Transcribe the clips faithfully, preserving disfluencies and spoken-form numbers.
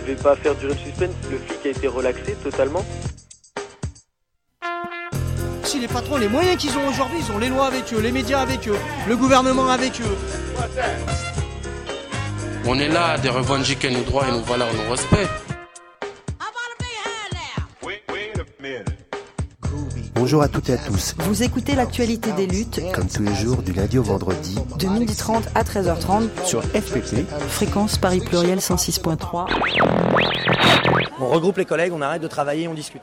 devait pas faire durer le suspense, le flic a été relaxé totalement. Si les patrons, les moyens qu'ils ont aujourd'hui, ils ont les lois avec eux, les médias avec eux, le gouvernement avec eux. On est là de revendiquer nos droits et nos valeurs, nos respects. Bonjour à toutes et à tous. Vous écoutez l'actualité des luttes, comme tous les jours du lundi au vendredi, de midi trente à treize heures trente, sur F P P, fréquence Paris Pluriel cent six point trois. On regroupe les collègues, on arrête de travailler, on discute.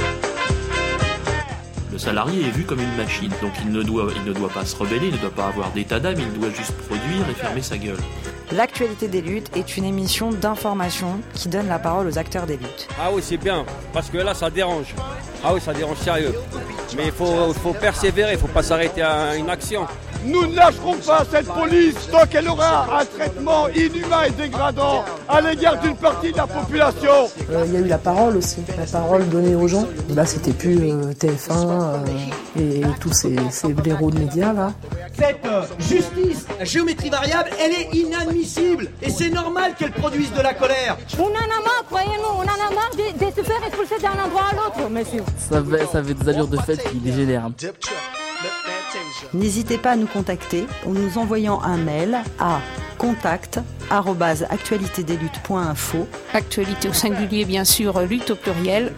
Le salarié est vu comme une machine, donc il ne doit, il ne doit pas se rebeller, il ne doit pas avoir d'état d'âme, il doit juste produire et fermer sa gueule. L'actualité des luttes est une émission d'information qui donne la parole aux acteurs des luttes. Ah oui, c'est bien, parce que là, ça dérange. Ah oui, ça dérange sérieux. Mais il faut, faut persévérer, il ne faut pas s'arrêter à une action. Nous ne lâcherons pas cette police tant qu'elle aura un traitement inhumain et dégradant à l'égard d'une partie de la population. Il euh, y a eu la parole aussi, la parole donnée aux gens. Là, c'était plus euh, T F un euh, et, et tous ces, ces blaireaux de médias là. Cette euh, justice, la géométrie variable, elle est inadmissible et c'est normal qu'elle produise de la colère. On en a marre, croyez-nous, on en a marre de, de se faire expulser d'un endroit à l'autre, monsieur. Ça avait, ça avait des allures de fête qui dégénèrent. N'hésitez pas à nous contacter en nous envoyant un mail à contact arobase actualité des luttes point info. Actualité au singulier, bien sûr, lutte au pluriel.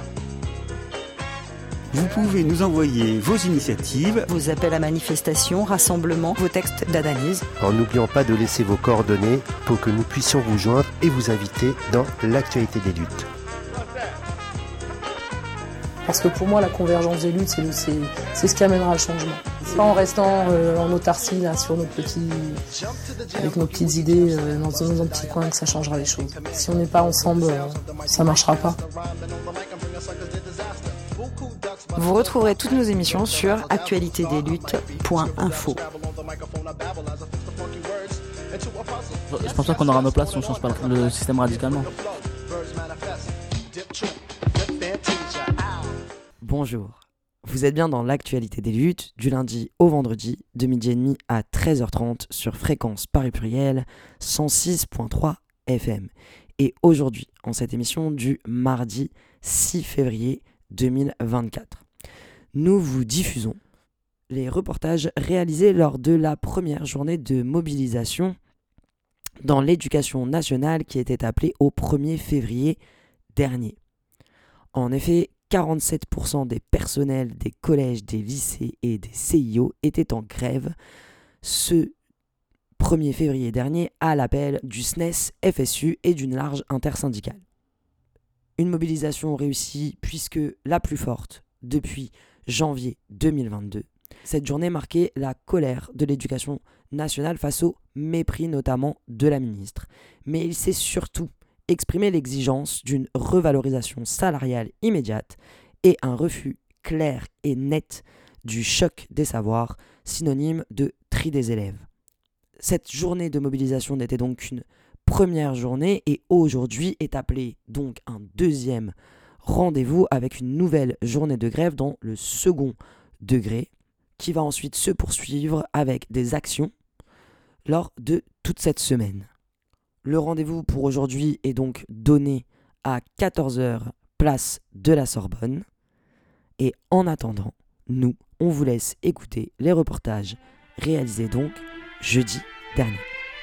Vous pouvez nous envoyer vos initiatives, vos appels à manifestation, rassemblements, vos textes d'analyse. En n'oubliant pas de laisser vos coordonnées pour que nous puissions vous joindre et vous inviter dans l'actualité des luttes. Parce que pour moi, la convergence des luttes, c'est, c'est, c'est ce qui amènera le changement. C'est pas en restant euh, en autarcie là, sur nos petits, avec nos petites idées euh, dans, dans un petit coin que ça changera les choses. Si on n'est pas ensemble, euh, ça marchera pas. Vous retrouverez toutes nos émissions sur actualité des luttes point info. Je pense pas qu'on aura nos places si on change pas le système radicalement. Bonjour, vous êtes bien dans l'actualité des luttes du lundi au vendredi de midi et demi à treize heures trente sur fréquence Paris Pluriel cent six point trois F M. Et aujourd'hui, en cette émission du mardi six février deux mille vingt-quatre, nous vous diffusons les reportages réalisés lors de la première journée de mobilisation dans l'éducation nationale qui était appelée au premier février dernier. En effet, quarante-sept pour cent des personnels des collèges, des lycées et des C I O étaient en grève ce premier février dernier à l'appel du S N E S, F S U et d'une large intersyndicale. Une mobilisation réussie puisque la plus forte depuis janvier deux mille vingt-deux. Cette journée marquait la colère de l'éducation nationale face au mépris notamment de la ministre. Mais il s'est surtout exprimé l'exigence d'une revalorisation salariale immédiate et un refus clair et net du choc des savoirs, synonyme de tri des élèves. Cette journée de mobilisation n'était donc qu'une première journée et aujourd'hui est appelé donc un deuxième rendez-vous avec une nouvelle journée de grève dans le second degré qui va ensuite se poursuivre avec des actions lors de toute cette semaine. Le rendez-vous pour aujourd'hui est donc donné à quatorze heures, place de la Sorbonne. Et en attendant, nous, on vous laisse écouter les reportages réalisés donc jeudi dernier.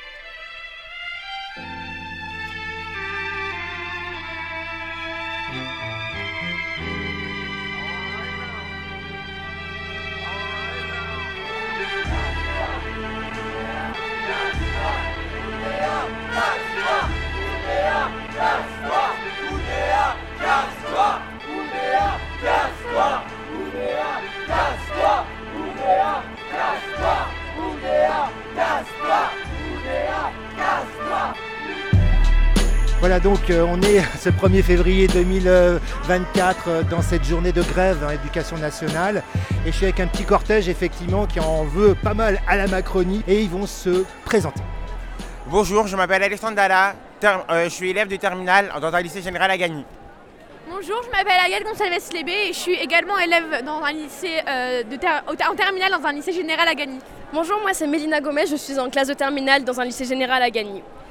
Voilà donc euh, on est ce premier février deux mille vingt-quatre euh, dans cette journée de grève en éducation nationale et je suis avec un petit cortège effectivement qui en veut pas mal à la Macronie et ils vont se présenter. Bonjour, je m'appelle Alexandre Dalla, ter- euh, je suis élève de terminale dans un lycée général à Gagny. Bonjour, je m'appelle Ayel Gonçalves-Lébé et je suis également élève dans un lycée euh, de ter- en terminale dans un lycée général à Gagny. Bonjour, moi c'est Mélina Gomez, je suis en classe de terminale dans un lycée général à Gagny.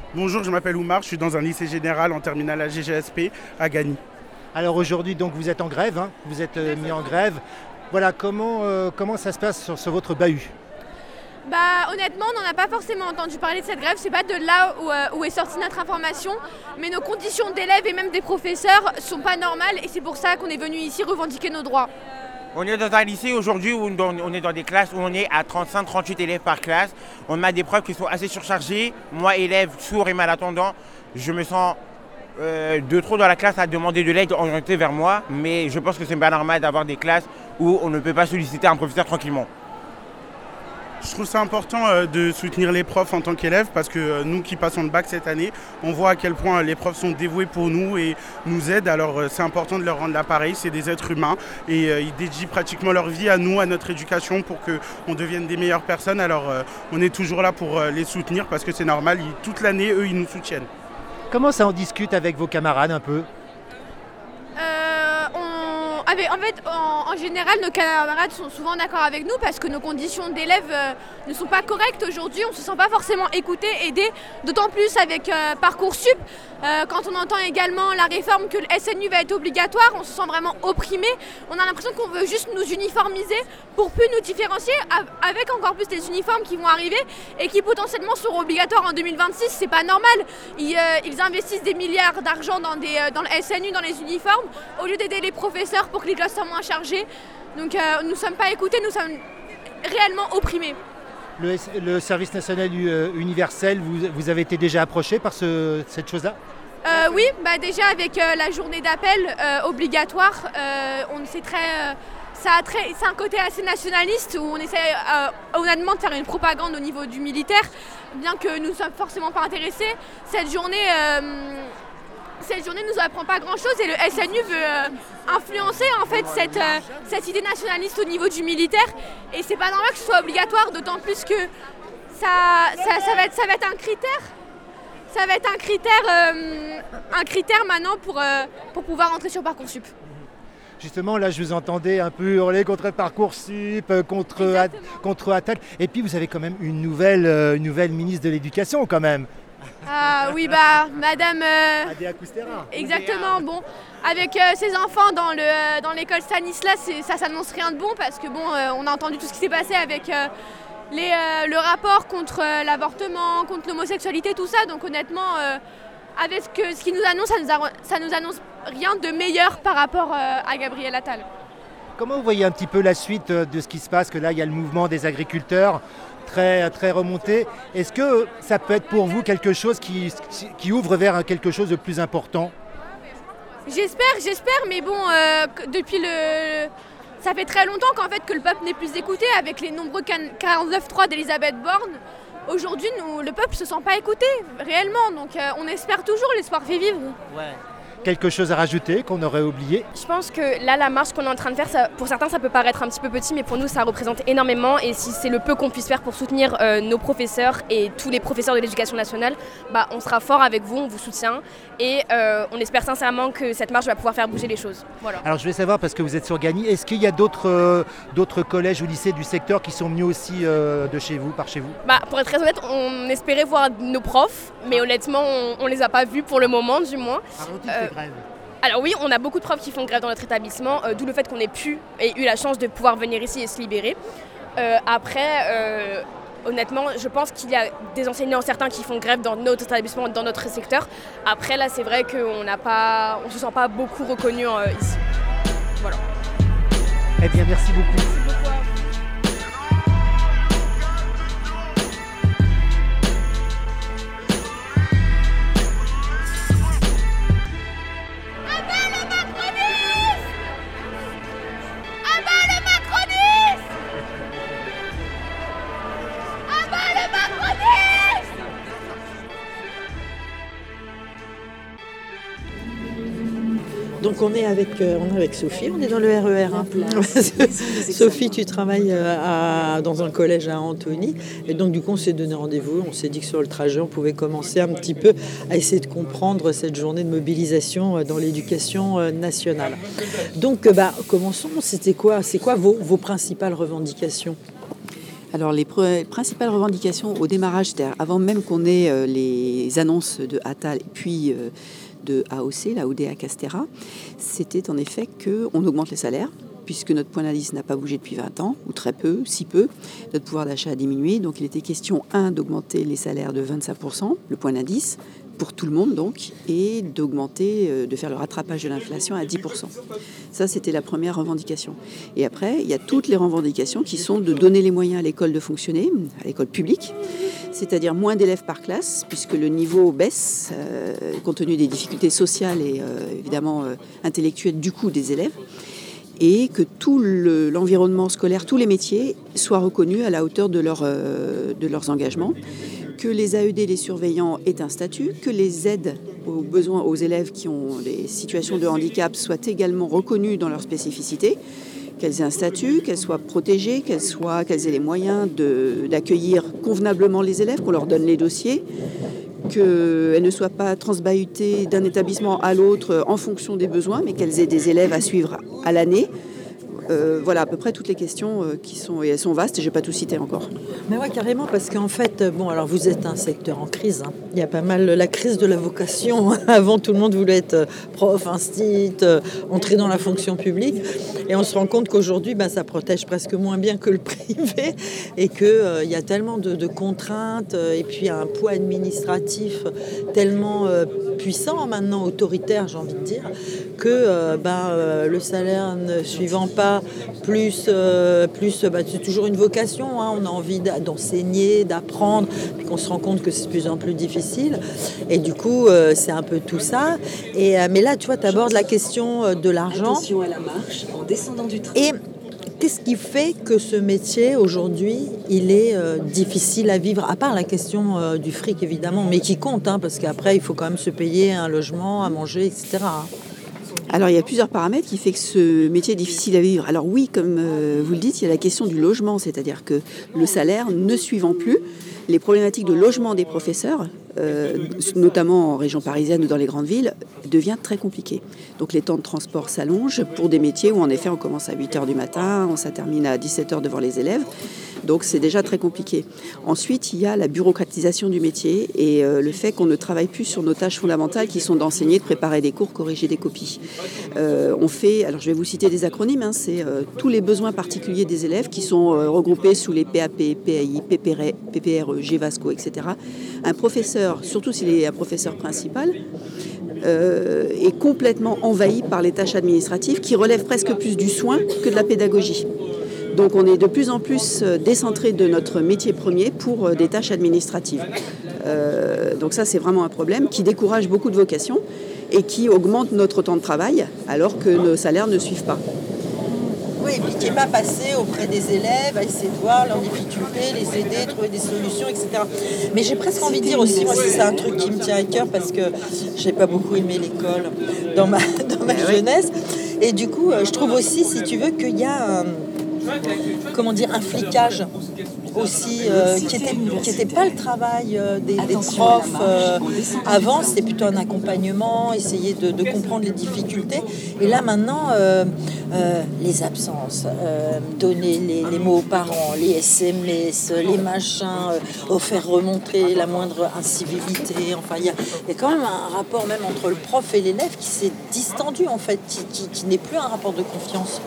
Bonjour, je m'appelle Oumar, je suis dans un lycée général en terminale à G G S P à Gagny. Alors aujourd'hui, donc vous êtes en grève, hein, vous êtes euh, mis en grève. Voilà, comment, euh, comment ça se passe sur, sur votre bahut ? Bah honnêtement, on n'en a pas forcément entendu parler de cette grève, c'est pas de là où, euh, où est sortie notre information, mais nos conditions d'élèves et même des professeurs sont pas normales et c'est pour ça qu'on est venu ici revendiquer nos droits. On est dans un lycée aujourd'hui où on est dans des classes où on est à trente-cinq à trente-huit élèves par classe. On a des profs qui sont assez surchargés. Moi, élève sourd et malentendant, je me sens euh, de trop dans la classe à demander de l'aide orientée vers moi, mais je pense que c'est pas normal d'avoir des classes où on ne peut pas solliciter un professeur tranquillement. Je trouve ça important euh, de soutenir les profs en tant qu'élèves parce que euh, nous qui passons le bac cette année, on voit à quel point euh, les profs sont dévoués pour nous et nous aident. Alors euh, c'est important de leur rendre l'appareil, c'est des êtres humains et euh, ils dédient pratiquement leur vie à nous, à notre éducation pour qu'on devienne des meilleures personnes. Alors euh, on est toujours là pour euh, les soutenir parce que c'est normal, ils, toute l'année eux ils nous soutiennent. Comment ça en discute avec vos camarades un peu ? En fait, en, en général, nos camarades sont souvent d'accord avec nous parce que nos conditions d'élèves euh, ne sont pas correctes aujourd'hui. On ne se sent pas forcément écoutés, aidés, d'autant plus avec euh, Parcoursup. Euh, quand on entend également la réforme que le S N U va être obligatoire, on se sent vraiment opprimé. On a l'impression qu'on veut juste nous uniformiser pour plus nous différencier avec encore plus des uniformes qui vont arriver et qui potentiellement seront obligatoires en deux mille vingt-six. C'est pas normal. Ils, euh, ils investissent des milliards d'argent dans, des, euh, dans le S N U, dans les uniformes, au lieu d'aider les professeurs pour que les classes soient moins chargées. Donc euh, nous ne sommes pas écoutés, nous sommes réellement opprimés. Le, le service national universel, vous, vous avez été déjà approché par ce, cette chose-là ? euh, Oui, bah déjà avec euh, la journée d'appel euh, obligatoire, euh, on sait très, euh, ça a très, c'est un côté assez nationaliste où on essaie, euh, honnêtement, de faire une propagande au niveau du militaire, bien que nous ne sommes forcément pas intéressés. Cette journée, euh, cette journée ne nous apprend pas grand-chose et le S N U veut euh, influencer en fait cette, euh, cette idée nationaliste au niveau du militaire et c'est pas normal que ce soit obligatoire, d'autant plus que ça, ça, ça, va, être, ça va être un critère, ça va être un critère, euh, un critère maintenant pour, euh, pour pouvoir entrer sur Parcoursup. Justement, là, je vous entendais un peu hurler contre Parcoursup, contre, At- contre Attal, et puis vous avez quand même une nouvelle, euh, une nouvelle ministre de l'Éducation quand même. Ah oui, bah, madame... Euh, Adéa Coustera. Exactement, bon, avec euh, ses enfants dans, le, euh, dans l'école Stanislas, c'est, ça s'annonce rien de bon parce que bon, euh, on a entendu tout ce qui s'est passé avec euh, les, euh, le rapport contre euh, l'avortement, contre l'homosexualité, tout ça, donc honnêtement, euh, avec ce, que, ce qu'il nous annonce, ça nous, a, ça nous annonce rien de meilleur par rapport euh, à Gabriel Attal. Comment vous voyez un petit peu la suite de ce qui se passe, que là, il y a le mouvement des agriculteurs très, très remonté. Est-ce que ça peut être pour vous quelque chose qui, qui ouvre vers quelque chose de plus important ? J'espère, j'espère, mais bon, euh, depuis le... Ça fait très longtemps qu'en fait que le peuple n'est plus écouté avec les nombreux quarante-neuf trois d'Elisabeth Borne. Aujourd'hui, nous, le peuple ne se sent pas écouté, réellement, donc euh, on espère toujours, l'espoir fait vivre. Ouais. Quelque chose à rajouter qu'on aurait oublié ? Je pense que là, la marche qu'on est en train de faire, ça, pour certains, ça peut paraître un petit peu petit, mais pour nous, ça représente énormément. Et si c'est le peu qu'on puisse faire pour soutenir euh, nos professeurs et tous les professeurs de l'éducation nationale, bah, on sera fort avec vous, on vous soutient. Et euh, on espère sincèrement que cette marche va pouvoir faire bouger les choses. Voilà. Alors je vais savoir, parce que vous êtes sur Gagny, est-ce qu'il y a d'autres, euh, d'autres collèges ou lycées du secteur qui sont venus aussi euh, de chez vous, par chez vous ? Bah, pour être très honnête, on espérait voir nos profs, mais honnêtement, on ne les a pas vus pour le moment, du moins. Euh, grève. Alors oui, on a beaucoup de profs qui font grève dans notre établissement, euh, d'où le fait qu'on ait pu et eu la chance de pouvoir venir ici et se libérer. Euh, après, euh, honnêtement, je pense qu'il y a des enseignants, certains qui font grève dans notre établissement, dans notre secteur. Après, là, c'est vrai qu'on n'a pas, on se sent pas beaucoup reconnus euh, ici. Voilà. Eh bien, merci beaucoup. Merci beaucoup. Donc on est avec, euh, on est avec Sophie, on est dans le R E R un. Sophie, tu travailles euh, à, dans un collège à Antony. Et donc du coup on s'est donné rendez-vous, on s'est dit que sur le trajet on pouvait commencer un petit peu à essayer de comprendre cette journée de mobilisation dans l'éducation nationale. Donc bah, commençons, c'était quoi, c'est quoi vos, vos principales revendications ? Alors les pr- principales revendications au démarrage, c'est-à-dire avant même qu'on ait euh, les annonces de Attal et puis euh, de A O C, la O D A Castera, c'était en effet qu'on augmente les salaires, puisque notre point d'indice n'a pas bougé depuis vingt ans, ou très peu, si peu. Notre pouvoir d'achat a diminué, donc il était question, un, d'augmenter les salaires de vingt-cinq pour cent, le point d'indice, pour tout le monde donc, et d'augmenter, euh, de faire le rattrapage de l'inflation à dix pour cent. Ça, c'était la première revendication. Et après, il y a toutes les revendications qui sont de donner les moyens à l'école de fonctionner, à l'école publique, c'est-à-dire moins d'élèves par classe, puisque le niveau baisse, euh, compte tenu des difficultés sociales et euh, évidemment euh, intellectuelles du coup des élèves, et que tout le, l'environnement scolaire, tous les métiers soient reconnus à la hauteur de, leur, euh, de leurs engagements, que les A E D, les surveillants, aient un statut, que les aides aux besoins aux élèves qui ont des situations de handicap soient également reconnues dans leur spécificité, qu'elles aient un statut, qu'elles soient protégées, qu'elles, soient, qu'elles aient les moyens de, d'accueillir convenablement les élèves, qu'on leur donne les dossiers, qu'elles ne soient pas transbahutées d'un établissement à l'autre en fonction des besoins, mais qu'elles aient des élèves à suivre à l'année. Euh, voilà à peu près toutes les questions euh, qui sont, et elles sont vastes et je n'ai pas tout cité encore. Mais ouais, carrément, parce qu'en fait, bon, alors vous êtes un secteur en crise. Hein. Il y a pas mal la crise de la vocation. Avant, tout le monde voulait être prof, instit, euh, entrer dans la fonction publique. Et on se rend compte qu'aujourd'hui, ben, ça protège presque moins bien que le privé et qu'il euh, y a tellement de, de contraintes euh, et puis un poids administratif tellement euh, puissant, maintenant autoritaire, j'ai envie de dire, que euh, ben, euh, le salaire ne suivant pas plus, euh, plus bah, c'est toujours une vocation, hein, on a envie d'enseigner, d'apprendre, puis qu'on se rend compte que c'est de plus en plus difficile, et du coup euh, c'est un peu tout ça, et, euh, mais là tu vois, tu abordes la question euh, de l'argent. Attention à la marche en descendant du train. Et qu'est-ce qui fait que ce métier aujourd'hui il est euh, difficile à vivre, à part la question euh, du fric évidemment, mais qui compte, hein, parce qu'après il faut quand même se payer un logement, à manger, et cetera. Alors il y a plusieurs paramètres qui font que ce métier est difficile à vivre. Alors oui, comme euh, vous le dites, il y a la question du logement, c'est-à-dire que le salaire ne suivant plus, les problématiques de logement des professeurs, euh, notamment en région parisienne ou dans les grandes villes, devient très compliqué. Donc les temps de transport s'allongent pour des métiers où en effet on commence à huit heures du matin, on ça termine à dix-sept heures devant les élèves. Donc c'est déjà très compliqué. Ensuite, il y a la bureaucratisation du métier et euh, le fait qu'on ne travaille plus sur nos tâches fondamentales qui sont d'enseigner, de préparer des cours, corriger des copies. Euh, on fait, alors je vais vous citer des acronymes, hein, c'est euh, tous les besoins particuliers des élèves qui sont euh, regroupés sous les P A P, P A I, P P R E, G V A S C O, et cetera. Un professeur, surtout s'il est un professeur principal, euh, est complètement envahi par les tâches administratives qui relèvent presque plus du soin que de la pédagogie. Donc on est de plus en plus décentré de notre métier premier pour des tâches administratives. Euh, donc ça c'est vraiment un problème qui décourage beaucoup de vocations et qui augmente notre temps de travail alors que nos salaires ne suivent pas. Oui, et puis qui n'est pas passé auprès des élèves, à essayer de voir leurs difficultés, les aider, trouver des solutions, et cetera. Mais j'ai presque envie de dire aussi, moi c'est un truc qui me tient à cœur parce que j'ai pas beaucoup aimé l'école dans ma, dans ma jeunesse. Et du coup, je trouve aussi, si tu veux, qu'il y a un, comment dire, un flicage aussi, euh, qui n'était qui était pas le travail euh, des, des profs. Euh, avant, c'était plutôt un accompagnement, essayer de, de comprendre les difficultés. Et là, maintenant, euh, euh, les absences, euh, donner les, les mots aux parents, les S M S, les machins, euh, faire remontrer la moindre incivilité. Enfin, il y a, y a quand même un rapport même entre le prof et l'élève qui s'est distendu, en fait, qui, qui, qui n'est plus un rapport de confiance.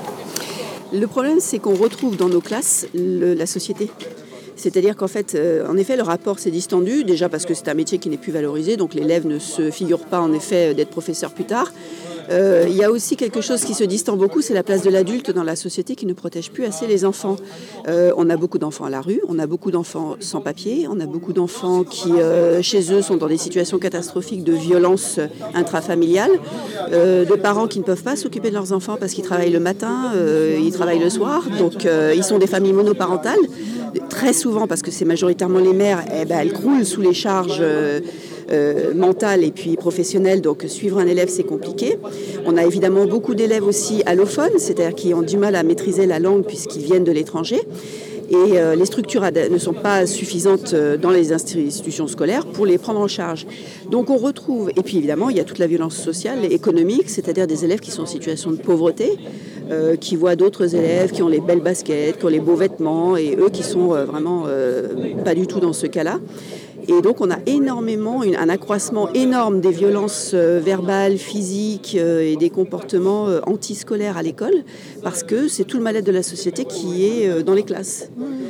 Le problème, c'est qu'on retrouve dans nos classes le, la société. C'est-à-dire qu'en fait, euh, en effet, le rapport s'est distendu, déjà parce que c'est un métier qui n'est plus valorisé, donc l'élève ne se figure pas en effet d'être professeur plus tard. Euh, il y a aussi quelque chose qui se distend beaucoup, c'est la place de l'adulte dans la société qui ne protège plus assez les enfants. Euh, on a beaucoup d'enfants à la rue, on a beaucoup d'enfants sans papier, on a beaucoup d'enfants qui, euh, chez eux, sont dans des situations catastrophiques de violence intrafamiliale, euh, de parents qui ne peuvent pas s'occuper de leurs enfants parce qu'ils travaillent le matin, euh, ils travaillent le soir, donc euh, ils sont des familles monoparentales. Très souvent, parce que c'est majoritairement les mères, eh ben, elles croulent sous les charges euh, euh, mentales et puis professionnelles, donc suivre un élève, c'est compliqué. On a évidemment beaucoup d'élèves aussi allophones, c'est-à-dire qui ont du mal à maîtriser la langue puisqu'ils viennent de l'étranger. Et euh, les structures ad- ne sont pas suffisantes euh, dans les institutions scolaires pour les prendre en charge. Donc on retrouve, et puis évidemment, il y a toute la violence sociale et économique, c'est-à-dire des élèves qui sont en situation de pauvreté, euh, qui voient d'autres élèves qui ont les belles baskets, qui ont les beaux vêtements, et eux qui sont euh, vraiment euh, pas du tout dans ce cas-là. Et donc on a énormément, une, un accroissement énorme des violences euh, verbales, physiques euh, et des comportements euh, antiscolaires à l'école, parce que c'est tout le mal-être de la société qui est euh, dans les classes.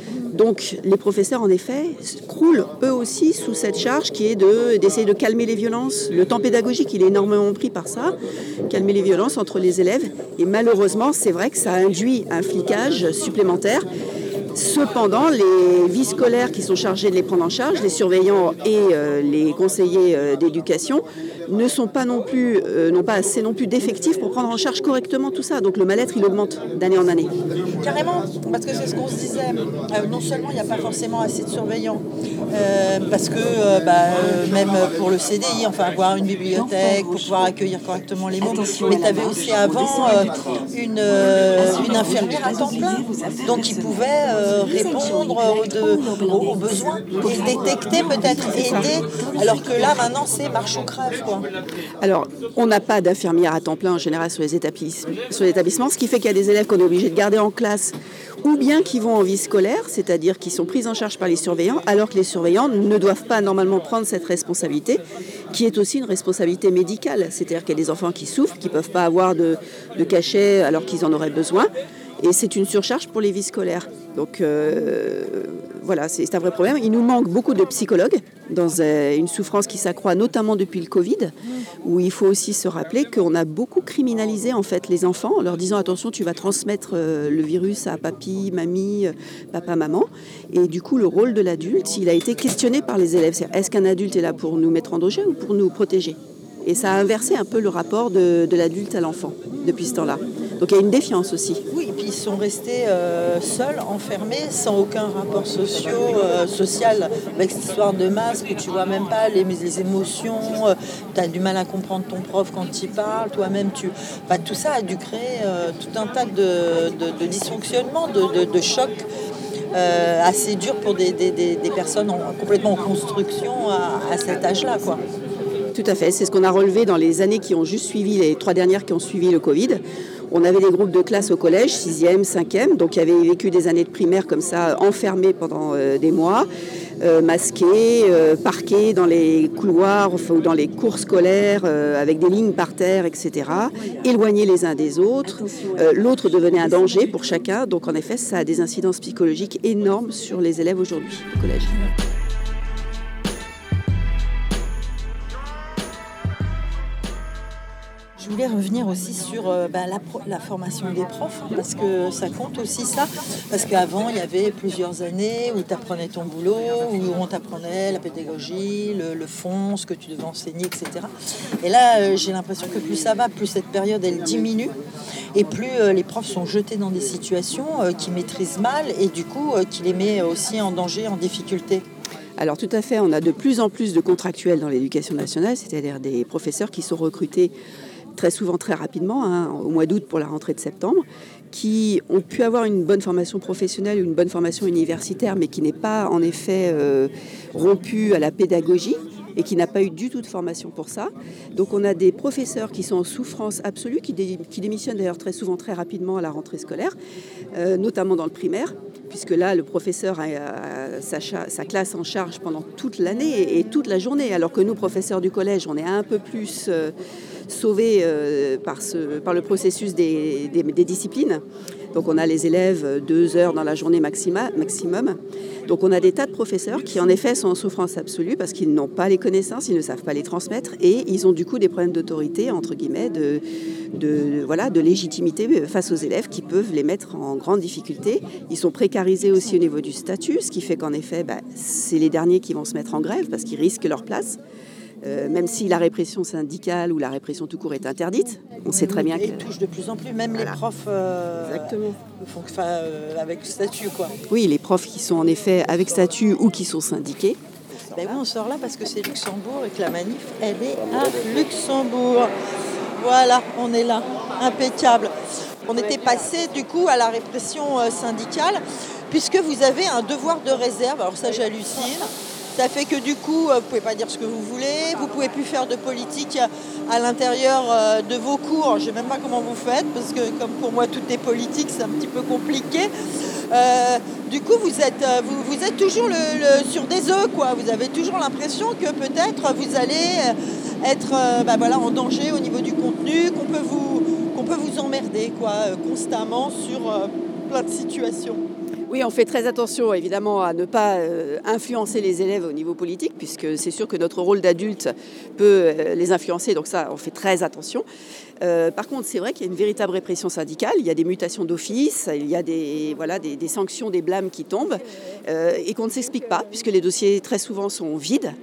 Donc les professeurs, en effet, croulent eux aussi sous cette charge qui est de, d'essayer de calmer les violences. Le temps pédagogique, il est énormément pris par ça, calmer les violences entre les élèves. Et malheureusement, c'est vrai que ça induit un flicage supplémentaire. Cependant, les vies scolaires qui sont chargés de les prendre en charge, les surveillants et euh, les conseillers euh, d'éducation, ne sont pas non plus, euh, n'ont pas assez non plus d'effectifs pour prendre en charge correctement tout ça. Donc le mal-être, il augmente d'année en année. Carrément, parce que c'est ce qu'on se disait. Euh, non seulement il n'y a pas forcément assez de surveillants, euh, parce que euh, bah, euh, même pour le C D I, enfin avoir une bibliothèque pour pouvoir accueillir correctement les mots, mais tu avais aussi avant euh, une, euh, une infirmière à temps plein, donc qui pouvait euh, répondre aux, de, aux, aux besoins et détecter peut-être, aider, alors que là maintenant c'est marche ou crève, quoi. Alors, on n'a pas d'infirmière à temps plein en général sur les établissements, sur les établissements, ce qui fait qu'il y a des élèves qu'on est obligé de garder en classe ou bien qui vont en vie scolaire, c'est-à-dire qui sont pris en charge par les surveillants, alors que les surveillants ne doivent pas normalement prendre cette responsabilité, qui est aussi une responsabilité médicale. C'est-à-dire qu'il y a des enfants qui souffrent, qui ne peuvent pas avoir de, de cachet alors qu'ils en auraient besoin. Et c'est une surcharge pour les vies scolaires. Donc euh, voilà, c'est, c'est un vrai problème. Il nous manque beaucoup de psychologues dans euh, une souffrance qui s'accroît notamment depuis le Covid, où il faut aussi se rappeler qu'on a beaucoup criminalisé en fait les enfants en leur disant attention, tu vas transmettre euh, le virus à papy, mamie, euh, papa, maman. Et du coup, le rôle de l'adulte, il a été questionné par les élèves. C'est, est-ce qu'un adulte est là pour nous mettre en danger ou pour nous protéger ? Et ça a inversé un peu le rapport de, de l'adulte à l'enfant depuis ce temps-là. Donc il y a une défiance aussi. Oui, et puis ils sont restés euh, seuls, enfermés, sans aucun rapport socio, euh, social, avec cette histoire de masque, tu vois même pas les, les émotions, euh, tu as du mal à comprendre ton prof quand il parle, toi-même tu... Enfin, tout ça a dû créer euh, tout un tas de, de, de dysfonctionnements, de, de, de chocs. Euh, assez dur pour des, des, des, des personnes en, complètement en construction à, à cet âge-là, quoi. Tout à fait, c'est ce qu'on a relevé dans les années qui ont juste suivi, les trois dernières qui ont suivi le Covid. On avait des groupes de classe au collège, sixième, cinquième, donc qui avaient vécu des années de primaire comme ça, enfermés pendant euh, des mois, euh, masqués, euh, parqués dans les couloirs ou dans les cours scolaires, euh, avec des lignes par terre, et cetera, éloignés les uns des autres. Euh, l'autre devenait un danger pour chacun, donc en effet, ça a des incidences psychologiques énormes sur les élèves aujourd'hui au collège. Je voulais revenir aussi sur euh, bah, la, la formation des profs, hein, parce que ça compte aussi ça. Parce qu'avant, il y avait plusieurs années où tu apprenais ton boulot, où on t'apprenait la pédagogie, le, le fond, ce que tu devais enseigner, et cetera. Et là, euh, j'ai l'impression que plus ça va, plus cette période, elle diminue. Et plus euh, les profs sont jetés dans des situations euh, qu'ils maîtrisent mal et du coup, euh, qui les met aussi en danger, en difficulté. Alors tout à fait, on a de plus en plus de contractuels dans l'éducation nationale, c'est-à-dire des professeurs qui sont recrutés très souvent très rapidement, hein, au mois d'août pour la rentrée de septembre, qui ont pu avoir une bonne formation professionnelle ou une bonne formation universitaire, mais qui n'est pas en effet euh, rompue à la pédagogie et qui n'a pas eu du tout de formation pour ça. Donc on a des professeurs qui sont en souffrance absolue, qui, dé, qui démissionnent d'ailleurs très souvent très rapidement à la rentrée scolaire, euh, notamment dans le primaire, puisque là le professeur a, a sa, sa classe en charge pendant toute l'année et, et toute la journée, alors que nous, professeurs du collège, on est un peu plus... Euh, sauvés euh, par, ce, par le processus des, des, des disciplines. Donc on a les élèves deux heures dans la journée maxima, maximum. Donc on a des tas de professeurs qui en effet sont en souffrance absolue parce qu'ils n'ont pas les connaissances, ils ne savent pas les transmettre et ils ont du coup des problèmes d'autorité, entre guillemets, de, de, voilà, de légitimité face aux élèves qui peuvent les mettre en grande difficulté. Ils sont précarisés aussi au niveau du statut, ce qui fait qu'en effet, bah, c'est les derniers qui vont se mettre en grève parce qu'ils risquent leur place. Euh, même si la répression syndicale ou la répression tout court est interdite, on sait très bien que... Et touche de plus en plus, même voilà. Les profs euh, Exactement. Font, enfin, euh, avec statut, quoi. Oui, les profs qui sont en effet avec statut ou qui sont syndiqués. Ben oui, on sort là parce que c'est Luxembourg et que la manif, elle est à Luxembourg. Voilà, on est là, impeccable. On était passé du coup à la répression syndicale, puisque vous avez un devoir de réserve, alors ça j'hallucine, Ça fait que du coup, vous ne pouvez pas dire ce que vous voulez, vous ne pouvez plus faire de politique à l'intérieur de vos cours. Je ne sais même pas comment vous faites, parce que comme pour moi, tout est politique, c'est un petit peu compliqué. Euh, du coup, vous êtes, vous, vous êtes toujours le, le, sur des œufs, quoi. Vous avez toujours l'impression que peut-être vous allez être euh, bah voilà, en danger au niveau du contenu, qu'on peut vous, qu'on peut vous emmerder, quoi, constamment sur euh, plein de situations. Oui, on fait très attention évidemment à ne pas euh, influencer les élèves au niveau politique, puisque c'est sûr que notre rôle d'adulte peut euh, les influencer, donc ça, on fait très attention. Euh, par contre, c'est vrai qu'il y a une véritable répression syndicale, il y a des mutations d'office, il y a des, voilà, des, des sanctions, des blâmes qui tombent, euh, et qu'on ne s'explique pas, puisque les dossiers très souvent sont vides.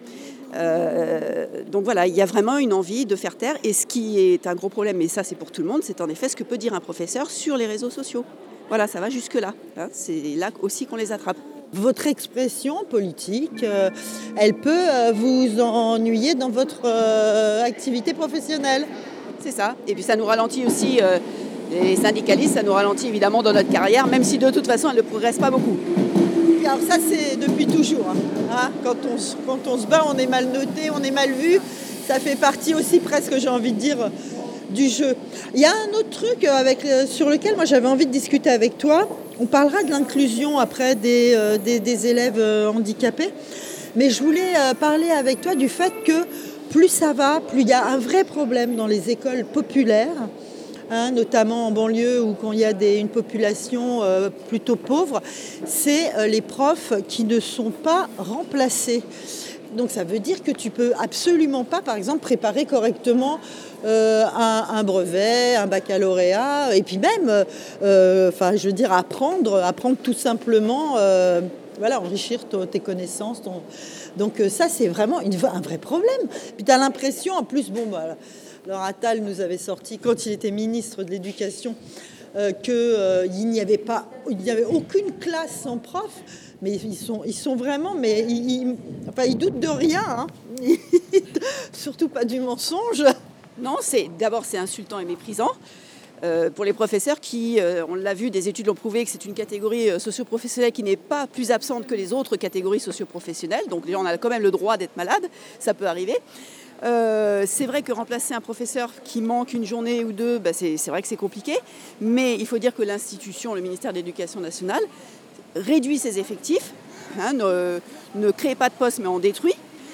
Euh, donc voilà, il y a vraiment une envie de faire taire, et ce qui est un gros problème, et ça c'est pour tout le monde, c'est en effet ce que peut dire un professeur sur les réseaux sociaux. Voilà, ça va jusque-là. Hein, c'est là aussi qu'on les attrape. Votre expression politique, euh, elle peut euh, vous ennuyer dans votre euh, activité professionnelle. C'est ça. Et puis ça nous ralentit aussi, euh, les syndicalistes, ça nous ralentit évidemment dans notre carrière, même si de toute façon, elle ne progresse pas beaucoup. Et alors ça, c'est depuis toujours. Hein. Hein, quand, on, quand on se bat, on est mal noté, on est mal vu. Ça fait partie aussi presque, j'ai envie de dire, du jeu. Il y a un autre truc avec, euh, sur lequel moi j'avais envie de discuter avec toi. On parlera de l'inclusion après des, euh, des, des élèves euh, handicapés. Mais je voulais euh, parler avec toi du fait que plus ça va, plus il y a un vrai problème dans les écoles populaires, hein, notamment en banlieue ou quand il y a des, une population euh, plutôt pauvre, c'est euh, les profs qui ne sont pas remplacés. Donc ça veut dire que tu peux absolument pas, par exemple, préparer correctement euh, un, un brevet, un baccalauréat, et puis même, euh, enfin, je veux dire, apprendre, apprendre tout simplement, euh, voilà, enrichir ton, tes connaissances. Ton... Donc ça, c'est vraiment une, un vrai problème. Puis tu as l'impression, en plus, bon, bah, alors Attal nous avait sorti, quand il était ministre de l'Éducation, euh, qu'il euh, n'y avait pas, il n'y avait aucune classe sans prof. Mais ils sont, ils sont vraiment, mais ils, ils, enfin, ils doutent de rien, hein. Surtout pas du mensonge. Non, c'est, d'abord c'est insultant et méprisant euh, pour les professeurs qui, euh, on l'a vu, des études l'ont prouvé que c'est une catégorie euh, socio-professionnelle qui n'est pas plus absente que les autres catégories socio-professionnelles. Donc on a quand même le droit d'être malade, ça peut arriver. Euh, c'est vrai que remplacer un professeur qui manque une journée ou deux, bah c'est, c'est vrai que c'est compliqué, mais il faut dire que l'institution, le ministère de l'Éducation nationale, réduit ses effectifs, hein, ne, ne crée pas de postes mais en détruit,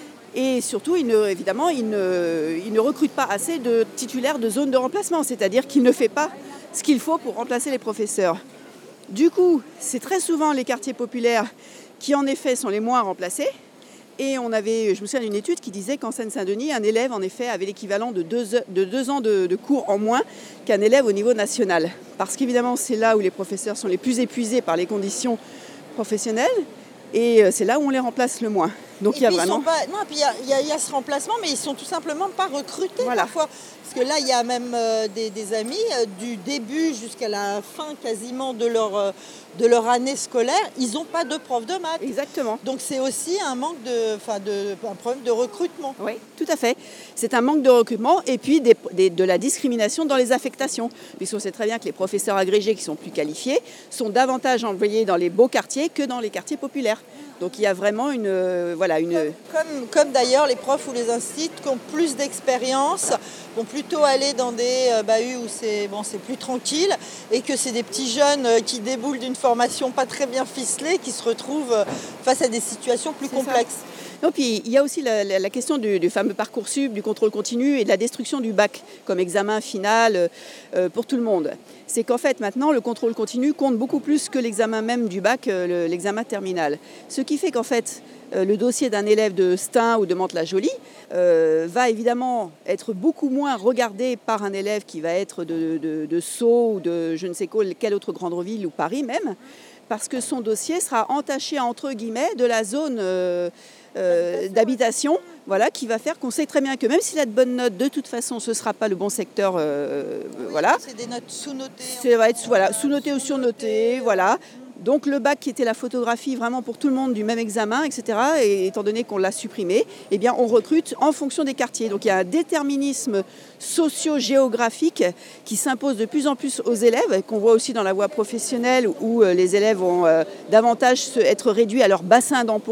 et surtout il ne, évidemment il ne, il ne recrute pas assez de titulaires de zone de remplacement, c'est-à-dire qu'il ne fait pas ce qu'il faut pour remplacer les professeurs. Du coup, c'est très souvent les quartiers populaires qui en effet sont les moins remplacés, et on avait, je me souviens d'une étude qui disait qu'en Seine-Saint-Denis, un élève en effet avait l'équivalent de deux, de deux ans de, de cours en moins qu'un élève au niveau national. Parce qu'évidemment, c'est là où les professeurs sont les plus épuisés par les conditions professionnelles, et c'est là où on les remplace le moins. Donc et il y a puis vraiment... Pas... Non, puis il y, y, y a ce remplacement, mais ils sont tout simplement pas recrutés voilà. Parfois. Parce que là, il y a même euh, des, des amis, euh, du début jusqu'à la fin quasiment de leur, euh, de leur année scolaire, ils n'ont pas de prof de maths. Exactement. Donc c'est aussi un manque de, enfin de, un problème de recrutement. Oui, tout à fait. C'est un manque de recrutement et puis des, des, de la discrimination dans les affectations. Puisqu'on sait très bien que les professeurs agrégés qui sont plus qualifiés sont davantage envoyés dans les beaux quartiers que dans les quartiers populaires. Donc il y a vraiment une... Euh, voilà, une... Comme, comme, comme d'ailleurs les profs ou les instituts qui ont plus d'expérience vont plutôt aller dans des euh, bahuts où c'est, bon, c'est plus tranquille et que c'est des petits jeunes euh, qui déboulent d'une formation pas très bien ficelée qui se retrouvent euh, face à des situations plus c'est complexes. Non, puis il y a aussi la, la, la question du, du fameux Parcoursup, du contrôle continu et de la destruction du bac comme examen final euh, pour tout le monde. C'est qu'en fait maintenant le contrôle continu compte beaucoup plus que l'examen même du bac, euh, le, l'examen terminal. Ce qui fait qu'en fait euh, le dossier d'un élève de Stein ou de Mantes-la-Jolie euh, va évidemment être beaucoup moins regardé par un élève qui va être de, de, de Sceaux ou de je ne sais quelle autre grande ville ou Paris même, parce que son dossier sera entaché entre guillemets de la zone euh, euh, d'habitation, voilà, qui va faire qu'on sait très bien que même s'il a de bonnes notes, de toute façon, ce ne sera pas le bon secteur. Euh, oui, voilà. C'est des notes sous-notées. Ça va être voilà, sous-noté ou surnoté, voilà. Donc le bac qui était la photographie vraiment pour tout le monde du même examen, et cetera, et étant donné qu'on l'a supprimé, eh bien on recrute en fonction des quartiers. Donc il y a un déterminisme socio-géographique qui s'impose de plus en plus aux élèves, qu'on voit aussi dans la voie professionnelle où les élèves vont euh, davantage être réduits à leur bassin d'emploi.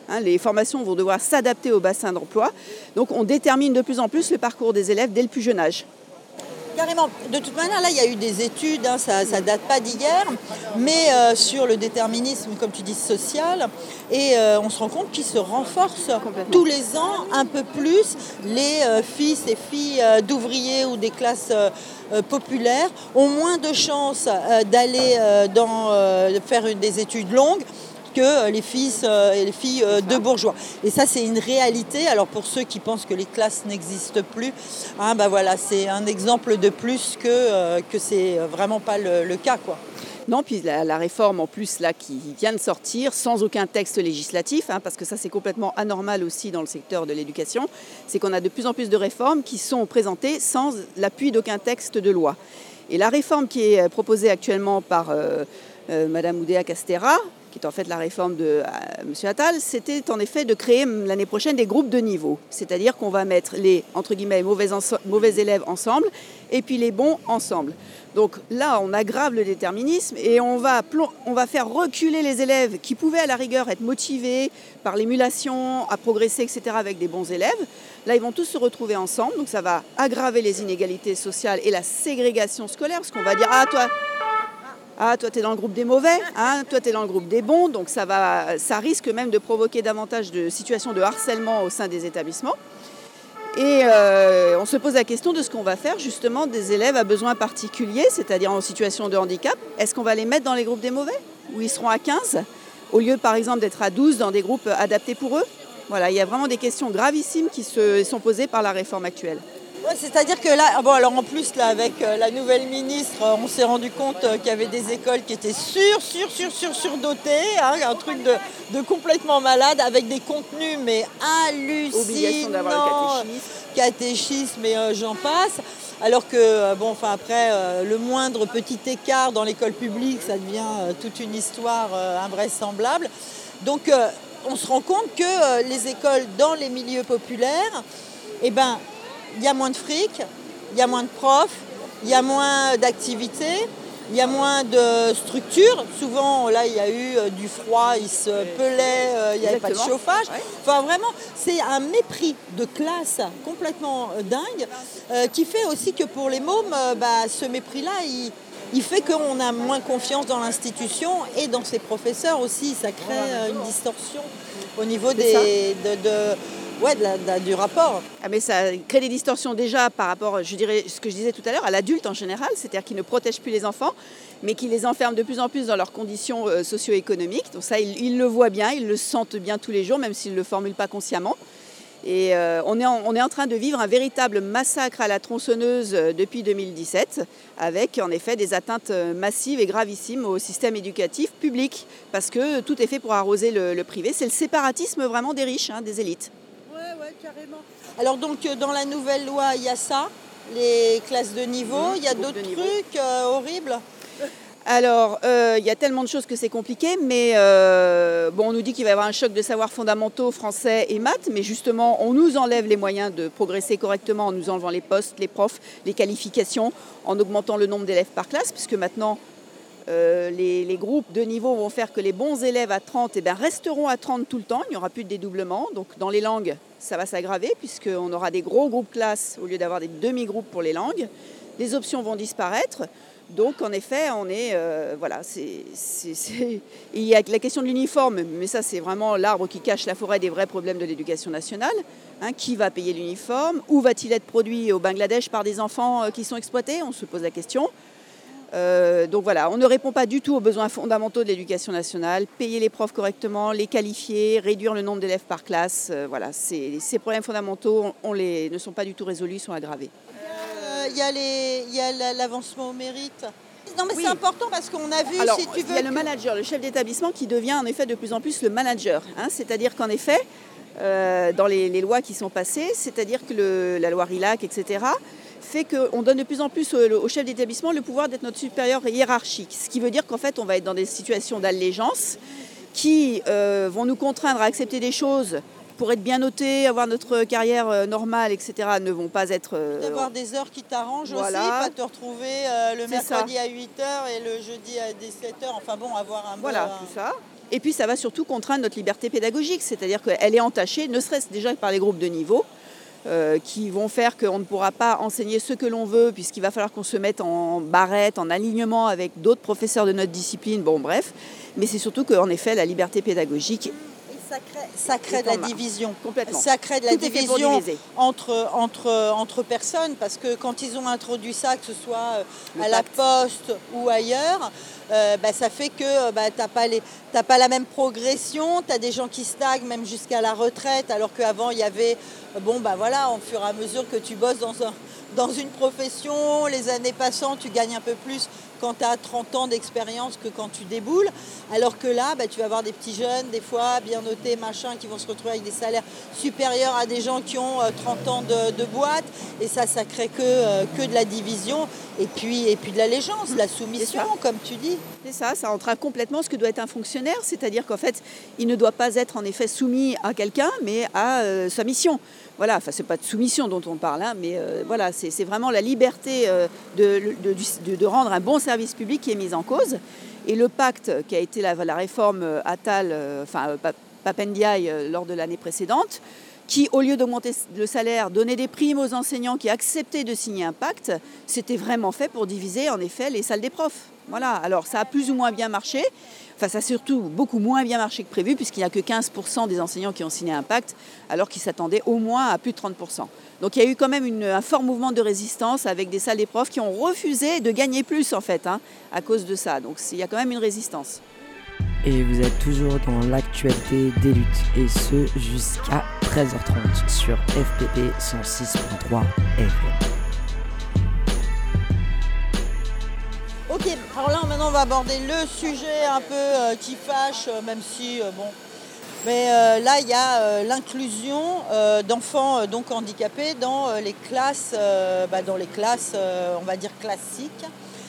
Hein, les formations vont devoir s'adapter au bassin d'emploi. Donc on détermine de plus en plus le parcours des élèves dès le plus jeune âge. Carrément. De toute manière, là, il y a eu des études, hein, ça ne date pas d'hier, mais euh, sur le déterminisme, comme tu dis, social. Et euh, on se rend compte qu'il se renforce tous les ans un peu plus. Les euh, fils et filles euh, d'ouvriers ou des classes euh, euh, populaires ont moins de chances euh, d'aller euh, dans, euh, faire une, des études longues que les fils et les filles de bourgeois. Et ça, c'est une réalité. Alors pour ceux qui pensent que les classes n'existent plus, hein, bah voilà, c'est un exemple de plus que, euh, que c'est vraiment pas le, le cas, quoi. Non, puis la, la réforme en plus là qui vient de sortir sans aucun texte législatif, hein, parce que ça c'est complètement anormal aussi dans le secteur de l'éducation, c'est qu'on a de plus en plus de réformes qui sont présentées sans l'appui d'aucun texte de loi. Et la réforme qui est proposée actuellement par euh, euh, Madame Oudéa-Castéra, qui est en fait la réforme de euh, M. Attal, c'était en effet de créer l'année prochaine des groupes de niveau. C'est-à-dire qu'on va mettre les, entre guillemets, mauvais, enso- mauvais élèves ensemble et puis les bons ensemble. Donc là, on aggrave le déterminisme et on va, plon- on va faire reculer les élèves qui pouvaient à la rigueur être motivés par l'émulation, à progresser, et cetera avec des bons élèves. Là, ils vont tous se retrouver ensemble, donc ça va aggraver les inégalités sociales et la ségrégation scolaire, parce qu'on va dire « Ah, toi, ah, toi, tu es dans le groupe des mauvais, hein, toi, tu es dans le groupe des bons », donc ça, va, ça risque même de provoquer davantage de situations de harcèlement au sein des établissements. Et euh, on se pose la question de ce qu'on va faire justement des élèves à besoins particuliers, c'est-à-dire en situation de handicap. Est-ce qu'on va les mettre dans les groupes des mauvais, où ils seront à quinze, au lieu par exemple d'être à douze dans des groupes adaptés pour eux? Voilà, il y a vraiment des questions gravissimes qui se sont posées par la réforme actuelle. Ouais, c'est-à-dire que là, bon, alors en plus, là, avec euh, la nouvelle ministre, euh, on s'est rendu compte euh, qu'il y avait des écoles qui étaient sur, sur, sur, sur, surdotées, hein, un truc de, de complètement malade, avec des contenus, mais hallucinants. Obligation d'avoir le catéchisme. Catéchisme et euh, j'en passe. Alors que, euh, bon, enfin après, euh, le moindre petit écart dans l'école publique, ça devient euh, toute une histoire euh, invraisemblable. Donc, euh, on se rend compte que euh, les écoles dans les milieux populaires, eh ben, il y a moins de fric, il y a moins de profs, il y a moins d'activités, il y a moins de structures. Souvent, là, il y a eu euh, du froid, il se pelait, euh, il n'y avait pas de chauffage. Ouais. Enfin, vraiment, c'est un mépris de classe complètement euh, dingue euh, qui fait aussi que pour les mômes, euh, bah, ce mépris-là, il, il fait qu'on a moins confiance dans l'institution et dans ses professeurs aussi. Ça crée euh, une distorsion au niveau des... de, de, Ouais, de la, de la, du rapport. Ah mais ça crée des distorsions déjà par rapport, je dirais, ce que je disais tout à l'heure, à l'adulte en général, c'est-à-dire qu'il ne protège plus les enfants, mais qui les enferme de plus en plus dans leurs conditions euh, socio-économiques. Donc ça, ils, ils le voient bien, ils le sentent bien tous les jours, même s'ils ne le formulent pas consciemment. Et euh, on, est en, on est en train de vivre un véritable massacre à la tronçonneuse depuis deux mille dix-sept, avec en effet des atteintes massives et gravissimes au système éducatif public, parce que tout est fait pour arroser le, le privé. C'est le séparatisme vraiment des riches, hein, des élites. Ouais, carrément. Alors donc dans la nouvelle loi, il y a ça, les classes de niveau, mmh, il y a d'autres trucs euh, horribles. Alors, euh, il y a tellement de choses que c'est compliqué, mais euh, bon, on nous dit qu'il va y avoir un choc de savoirs fondamentaux français et maths, mais justement, on nous enlève les moyens de progresser correctement en nous enlevant les postes, les profs, les qualifications, en augmentant le nombre d'élèves par classe, puisque maintenant, Euh, les, les groupes de niveau vont faire que les bons élèves à trente eh bien, resteront à trente tout le temps, il n'y aura plus de dédoublement. Donc dans les langues, ça va s'aggraver puisqu'on aura des gros groupes classes au lieu d'avoir des demi-groupes pour les langues. Les options vont disparaître. Donc en effet, on est... Euh, voilà, c'est, c'est, c'est... Il y a la question de l'uniforme, mais ça c'est vraiment l'arbre qui cache la forêt des vrais problèmes de l'éducation nationale. Hein, qui va payer l'uniforme? Où va-t-il être produit au Bangladesh par des enfants qui sont exploités? On se pose la question. Euh, donc voilà, on ne répond pas du tout aux besoins fondamentaux de l'éducation nationale, payer les profs correctement, les qualifier, réduire le nombre d'élèves par classe. Euh, voilà, c'est, ces problèmes fondamentaux on, on les, ne sont pas du tout résolus, sont aggravés. Il euh, y a, y a l'avancement au mérite. Non mais oui. C'est important parce qu'on a vu, Alors, si tu veux... Il y a le manager, le chef d'établissement qui devient en effet de plus en plus le manager. Hein, c'est-à-dire qu'en effet, euh, dans les, les lois qui sont passées, c'est-à-dire que le, la loi RILAC, et cetera, fait qu'on donne de plus en plus au, au chef d'établissement le pouvoir d'être notre supérieur hiérarchique. Ce qui veut dire qu'en fait, on va être dans des situations d'allégeance qui euh, vont nous contraindre à accepter des choses pour être bien notés, avoir notre carrière euh, normale, et cetera, ne vont pas être... Euh, D'avoir des heures qui t'arrangent voilà. aussi, pas te retrouver euh, le C'est mercredi ça. à huit heures et le jeudi à dix-sept heures, enfin bon, avoir un Voilà, bon, tout ça. Et puis ça va surtout contraindre notre liberté pédagogique, c'est-à-dire qu'elle est entachée, ne serait-ce déjà par les groupes de niveau, euh, qui vont faire qu'on ne pourra pas enseigner ce que l'on veut, puisqu'il va falloir qu'on se mette en barrette, en alignement avec d'autres professeurs de notre discipline, bon bref. Mais c'est surtout qu'en effet, la liberté pédagogique... Ça crée, ça crée de la division. Complètement. Ça crée de la Tout est fait pour division diviser. entre, entre, entre personnes, parce que quand ils ont introduit ça, que ce soit Le à la pacte. poste ou ailleurs, euh, bah, ça fait que bah, tu n'as pas, les, t'as pas la même progression, tu as des gens qui stagnent même jusqu'à la retraite, alors qu'avant il y avait, bon bah voilà, au fur et à mesure que tu bosses dans, un, dans une profession, les années passant, tu gagnes un peu plus quand tu as trente ans d'expérience que quand tu déboules, alors que là, bah, tu vas avoir des petits jeunes, des fois bien notés, machin, qui vont se retrouver avec des salaires supérieurs à des gens qui ont euh, trente ans de, de boîte, et ça, ça crée que, euh, que de la division, et puis, et puis de l'allégeance, de la soumission, comme tu dis. C'est ça, ça entrave complètement ce que doit être un fonctionnaire, c'est-à-dire qu'en fait, il ne doit pas être en effet soumis à quelqu'un, mais à euh, sa mission. Voilà, enfin, c'est pas de soumission dont on parle, hein, mais euh, voilà, c'est, c'est vraiment la liberté euh, de, de, de, de rendre un bon service public qui est mise en cause. Et le pacte qui a été la, la réforme Attal, euh, enfin Papendiaï euh, lors de l'année précédente, qui, au lieu d'augmenter le salaire, donnait des primes aux enseignants qui acceptaient de signer un pacte, c'était vraiment fait pour diviser, en effet, les salles des profs. Voilà, alors ça a plus ou moins bien marché. Enfin, ça a surtout beaucoup moins bien marché que prévu, puisqu'il n'y a que quinze pour cent des enseignants qui ont signé un pacte, alors qu'ils s'attendaient au moins à plus de trente pour cent. Donc il y a eu quand même une, un fort mouvement de résistance avec des salles des profs qui ont refusé de gagner plus, en fait, hein, à cause de ça. Donc il y a quand même une résistance. Et vous êtes toujours dans l'actualité des luttes, et ce jusqu'à treize heures trente sur F P P cent six point trois F M. Ok, alors là maintenant on va aborder le sujet un peu euh, qui fâche, euh, même si euh, bon. Mais euh, là il y a euh, l'inclusion euh, d'enfants euh, donc handicapés dans euh, les classes, euh, bah, dans les classes, euh, on va dire classiques.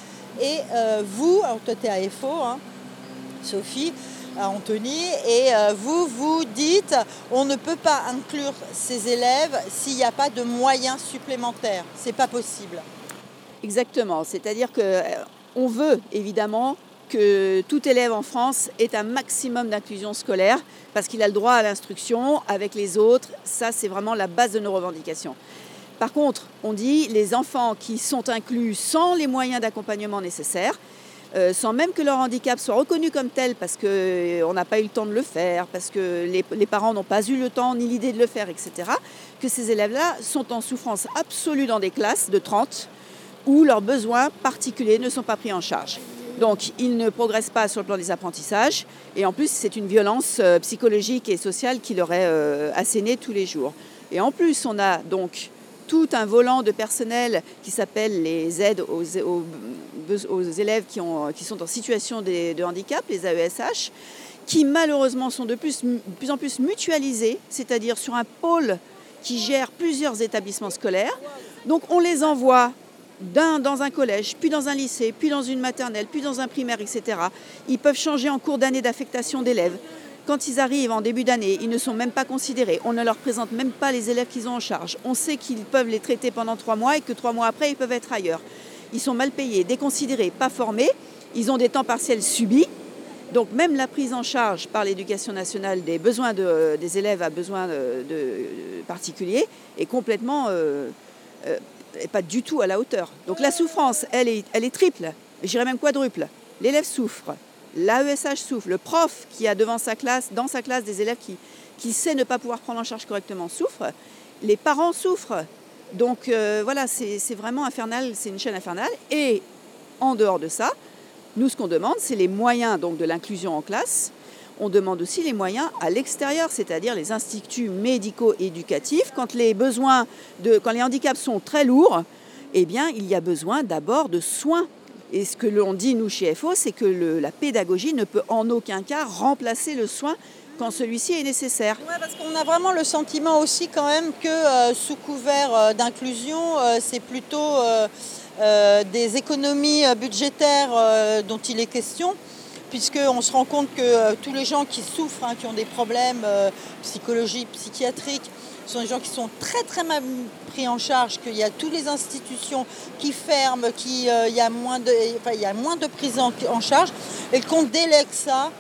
Et euh, vous, alors toi tu es à F O, hein, Sophie, à Antony, et euh, vous vous dites on ne peut pas inclure ces élèves s'il n'y a pas de moyens supplémentaires. C'est pas possible. Exactement, c'est-à-dire que on veut évidemment que tout élève en France ait un maximum d'inclusion scolaire parce qu'il a le droit à l'instruction avec les autres. Ça, c'est vraiment la base de nos revendications. Par contre, on dit les enfants qui sont inclus sans les moyens d'accompagnement nécessaires, euh, sans même que leur handicap soit reconnu comme tel parce qu'on euh, n'a pas eu le temps de le faire, parce que les, les parents n'ont pas eu le temps ni l'idée de le faire, et cetera, que ces élèves-là sont en souffrance absolue dans des classes de trente où leurs besoins particuliers ne sont pas pris en charge. Donc, ils ne progressent pas sur le plan des apprentissages et en plus, c'est une violence euh, psychologique et sociale qui leur est euh, assénée tous les jours. Et en plus, on a donc tout un volant de personnel qui s'appelle les aides aux, aux, aux élèves qui, ont, qui sont en situation de, de handicap, les A E S H, qui malheureusement sont de plus, de plus en plus mutualisés, c'est-à-dire sur un pôle qui gère plusieurs établissements scolaires. Donc, on les envoie D'un, dans un collège, puis dans un lycée, puis dans une maternelle, puis dans un primaire, et cetera. Ils peuvent changer en cours d'année d'affectation d'élèves. Quand ils arrivent en début d'année, ils ne sont même pas considérés. On ne leur présente même pas les élèves qu'ils ont en charge. On sait qu'ils peuvent les traiter pendant trois mois et que trois mois après, ils peuvent être ailleurs. Ils sont mal payés, déconsidérés, pas formés. Ils ont des temps partiels subis. Donc même la prise en charge par l'Éducation nationale des besoins de, des élèves à besoins de, de particuliers est complètement... Euh, euh, et pas du tout à la hauteur. Donc la souffrance, elle est, elle est triple, je dirais même quadruple. L'élève souffre, l'A E S H souffre, le prof qui a devant sa classe, dans sa classe des élèves qui, qui sait ne pas pouvoir prendre en charge correctement souffre, les parents souffrent. Donc euh, voilà, c'est, c'est vraiment infernal, c'est une chaîne infernale. Et en dehors de ça, nous ce qu'on demande, c'est les moyens donc, de l'inclusion en classe. On demande aussi les moyens à l'extérieur, c'est-à-dire les instituts médico-éducatifs. Quand les besoins, de, quand les handicaps sont très lourds, eh bien, il y a besoin d'abord de soins. Et ce que l'on dit, nous, chez F O, c'est que le, la pédagogie ne peut en aucun cas remplacer le soin quand celui-ci est nécessaire. Ouais, parce qu'on a vraiment le sentiment aussi quand même que euh, sous couvert euh, d'inclusion, euh, c'est plutôt euh, euh, des économies budgétaires euh, dont il est question. Puisqu'on se rend compte que euh, tous les gens qui souffrent, hein, qui ont des problèmes euh, psychologiques, psychiatriques, sont des gens qui sont très très mal pris en charge, qu'il y a toutes les institutions qui ferment, qu'il euh, y a moins de, enfin, il y a moins de prise en, en charge, et qu'on délègue ça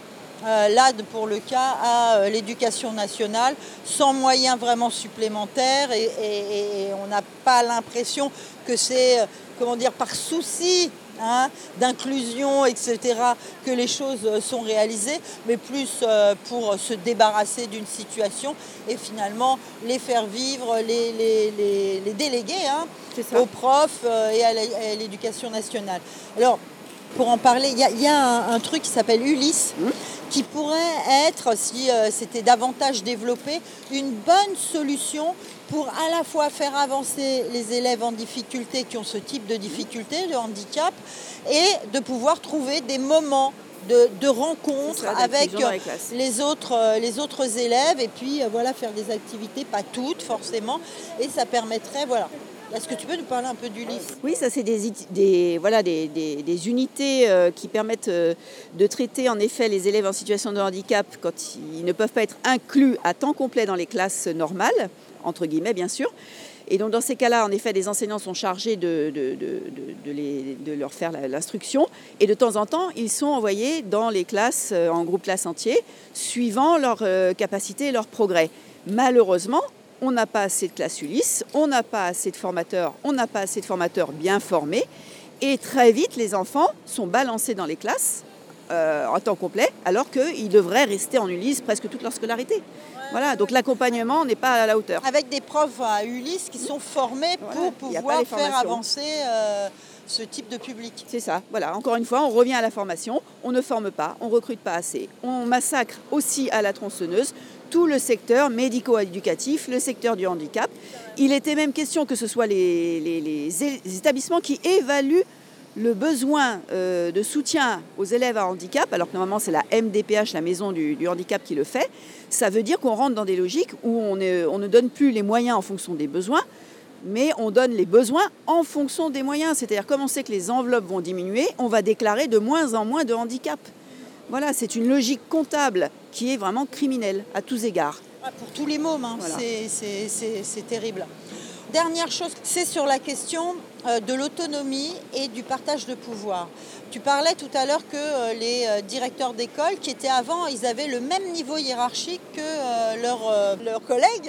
euh, là pour le cas à euh, l'éducation nationale, sans moyens vraiment supplémentaires et, et, et on n'a pas l'impression que c'est, euh, comment dire, par souci Hein, d'inclusion, et cetera, que les choses sont réalisées, mais plus euh, pour se débarrasser d'une situation et finalement les faire vivre, les, les, les, les déléguer hein, aux profs euh, et à l'éducation nationale. Alors, pour en parler, il y a, y a un, un truc qui s'appelle Ulysse, mmh. qui pourrait être, si euh, c'était davantage développé, une bonne solution pour à la fois faire avancer les élèves en difficulté qui ont ce type de difficulté, de handicap, et de pouvoir trouver des moments de, de rencontre ça, avec les, les, autres, les autres élèves et puis voilà, faire des activités, pas toutes forcément, et ça permettrait, voilà. Est-ce que tu peux nous parler un peu d'Ulysse ? Oui, ça c'est des, des, voilà, des, des, des unités euh, qui permettent euh, de traiter en effet les élèves en situation de handicap quand ils ne peuvent pas être inclus à temps complet dans les classes normales, entre guillemets bien sûr. Et donc dans ces cas-là, en effet, les enseignants sont chargés de, de, de, de, de, les, de leur faire l'instruction. Et de temps en temps, ils sont envoyés dans les classes, en groupe classe entier, suivant leur euh, capacité et leur progrès. Malheureusement, on n'a pas assez de classes Ulysse, on n'a pas assez de formateurs, on n'a pas assez de formateurs bien formés. Et très vite, les enfants sont balancés dans les classes euh, en temps complet, alors qu'ils devraient rester en Ulysse presque toute leur scolarité. Voilà, donc l'accompagnement n'est pas à la hauteur. Avec des profs à Ulysse qui sont formés pour voilà, pouvoir faire avancer euh, ce type de public. C'est ça, voilà. Encore une fois, on revient à la formation, on ne forme pas, on ne recrute pas assez. On massacre aussi à la tronçonneuse tout le secteur médico-éducatif, le secteur du handicap. Il était même question que ce soit les, les, les établissements qui évaluent le besoin euh, de soutien aux élèves à handicap, alors que normalement c'est la M D P H, la maison du, du handicap, qui le fait. Ça veut dire qu'on rentre dans des logiques où on, est, on ne donne plus les moyens en fonction des besoins, mais on donne les besoins en fonction des moyens. C'est-à-dire, comme on sait que les enveloppes vont diminuer, on va déclarer de moins en moins de handicap. Voilà, c'est une logique comptable qui est vraiment criminelle à tous égards. Ah, pour tous les mômes, hein. Voilà. C'est, c'est, c'est, c'est terrible. Dernière chose, c'est sur la question euh, de l'autonomie et du partage de pouvoir. Tu parlais tout à l'heure que euh, les euh, directeurs d'école, qui étaient avant, ils avaient le même niveau hiérarchique que euh, leurs euh, leurs collègues,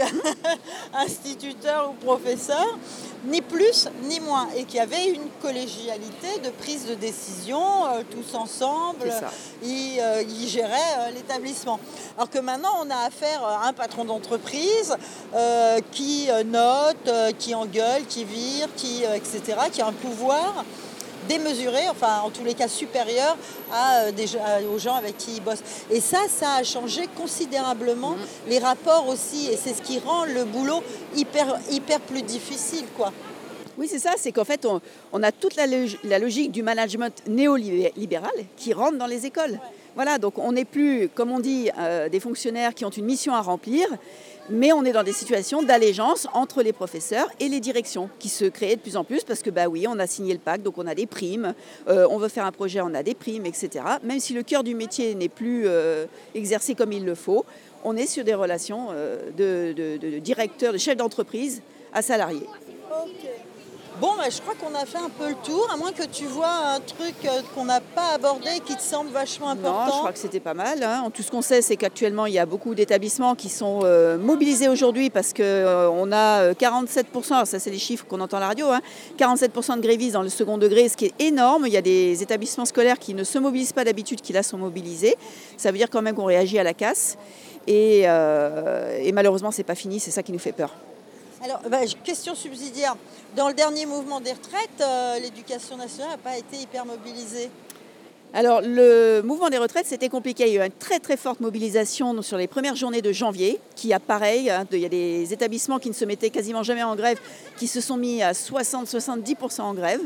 instituteurs ou professeurs, ni plus ni moins, et qu'il y avait une collégialité de prise de décision, euh, tous ensemble, ils, euh, ils géraient euh, l'établissement. Alors que maintenant, on a affaire à un patron d'entreprise euh, qui euh, note, euh, qui engueule, qui vire, qui, euh, et cetera, qui a un pouvoir démesuré, enfin en tous les cas supérieur à, euh, des, à, aux gens avec qui ils bossent. Et ça, ça a changé considérablement mmh. les rapports aussi, et c'est ce qui rend le boulot hyper, hyper plus difficile, quoi. Oui, c'est ça, c'est qu'en fait, on, on a toute la, log- la logique du management néolibéral qui rentre dans les écoles. Ouais. Voilà, donc on n'est plus, comme on dit, euh, des fonctionnaires qui ont une mission à remplir, mais on est dans des situations d'allégeance entre les professeurs et les directions qui se créent de plus en plus parce que, bah oui, on a signé le pacte, donc on a des primes, euh, on veut faire un projet, on a des primes, et cetera. Même si le cœur du métier n'est plus euh, exercé comme il le faut, on est sur des relations euh, de, de, de, de directeur, de chef d'entreprise à salarié. Okay. Bon, bah, je crois qu'on a fait un peu le tour, à moins que tu vois un truc euh, qu'on n'a pas abordé et qui te semble vachement important. Non, je crois que c'était pas mal. Hein. Tout ce qu'on sait, c'est qu'actuellement, il y a beaucoup d'établissements qui sont euh, mobilisés aujourd'hui parce qu'on euh, a quarante-sept pour cent, alors ça c'est les chiffres qu'on entend à la radio, hein, quarante-sept pour cent de grévistes dans le second degré, ce qui est énorme. Il y a des établissements scolaires qui ne se mobilisent pas d'habitude, qui là sont mobilisés. Ça veut dire quand même qu'on réagit à la casse. Et, euh, et malheureusement, c'est pas fini, c'est ça qui nous fait peur. Alors, bah, question subsidiaire. Dans le dernier mouvement des retraites, euh, l'éducation nationale n'a pas été hyper mobilisée. Alors, le mouvement des retraites, c'était compliqué. Il y a eu une très très forte mobilisation sur les premières journées de janvier, qui a pareil, hein, il y a des établissements qui ne se mettaient quasiment jamais en grève, qui se sont mis à soixante à soixante-dix pour cent en grève.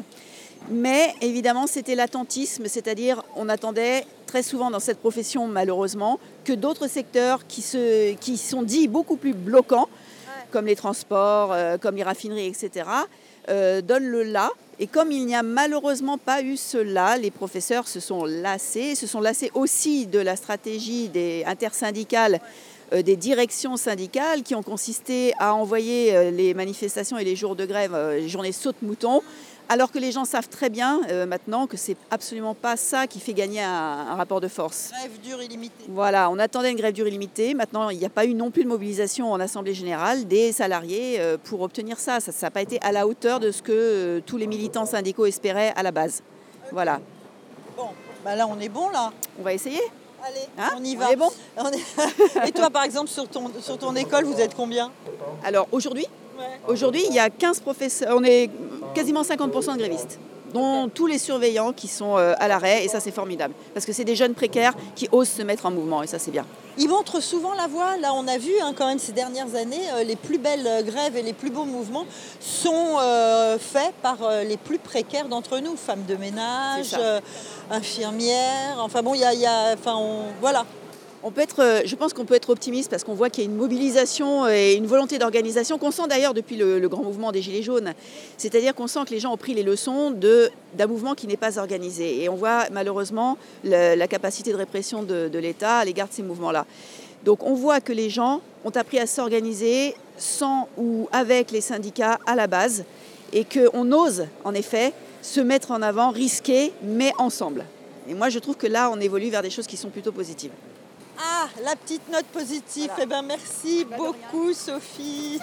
Mais évidemment, c'était l'attentisme, c'est-à-dire on attendait très souvent dans cette profession, malheureusement, que d'autres secteurs qui, se, qui sont dits beaucoup plus bloquants, comme les transports, euh, comme les raffineries, et cetera, euh, donnent le là. Et comme il n'y a malheureusement pas eu ce là, les professeurs se sont lassés, se sont lassés aussi de la stratégie des intersyndicales, euh, des directions syndicales qui ont consisté à envoyer euh, les manifestations et les jours de grève, euh, les journées saute-mouton, Alors que les gens savent très bien euh, maintenant que c'est absolument pas ça qui fait gagner un, un rapport de force. Grève dure illimitée. Voilà, on attendait une grève dure illimitée. Maintenant, il n'y a pas eu non plus de mobilisation en Assemblée générale des salariés euh, pour obtenir ça. Ça n'a pas été à la hauteur de ce que euh, tous les militants syndicaux espéraient à la base. Voilà. Bon, bah là on est bon là. On va essayer. Allez, hein on y va. On est bon. On est... Et toi par exemple sur ton, sur ton école, vous êtes combien? Alors aujourd'hui, ouais. aujourd'hui il y a quinze professeurs, on est quasiment cinquante pour cent de grévistes, dont tous les surveillants qui sont euh, à l'arrêt, et ça c'est formidable, parce que c'est des jeunes précaires qui osent se mettre en mouvement, et ça c'est bien. Ils montrent souvent la voie. Là, on a vu hein, quand même ces dernières années, euh, les plus belles grèves et les plus beaux mouvements sont euh, faits par euh, les plus précaires d'entre nous, femmes de ménage, euh, infirmières. Enfin bon, il y a, y a, enfin, on, voilà. On peut être, je pense qu'on peut être optimiste parce qu'on voit qu'il y a une mobilisation et une volonté d'organisation qu'on sent d'ailleurs depuis le, le grand mouvement des Gilets jaunes. C'est-à-dire qu'on sent que les gens ont pris les leçons de, d'un mouvement qui n'est pas organisé. Et on voit malheureusement le, la capacité de répression de, de l'État à l'égard de ces mouvements-là. Donc on voit que les gens ont appris à s'organiser sans ou avec les syndicats à la base et qu'on ose en effet se mettre en avant, risquer, mais ensemble. Et moi je trouve que là on évolue vers des choses qui sont plutôt positives. Ah, la petite note positive. Voilà. Eh ben, merci bah, beaucoup, Sophie.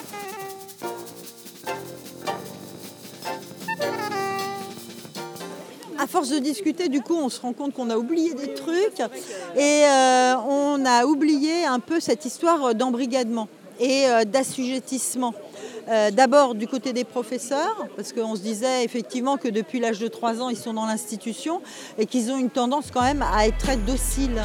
À force de discuter, du coup, on se rend compte qu'on a oublié des trucs et euh, on a oublié un peu cette histoire d'embrigadement et euh, d'assujettissement. Euh, d'abord du côté des professeurs, parce qu'on se disait effectivement que depuis l'âge de trois ans, ils sont dans l'institution et qu'ils ont une tendance quand même à être très dociles.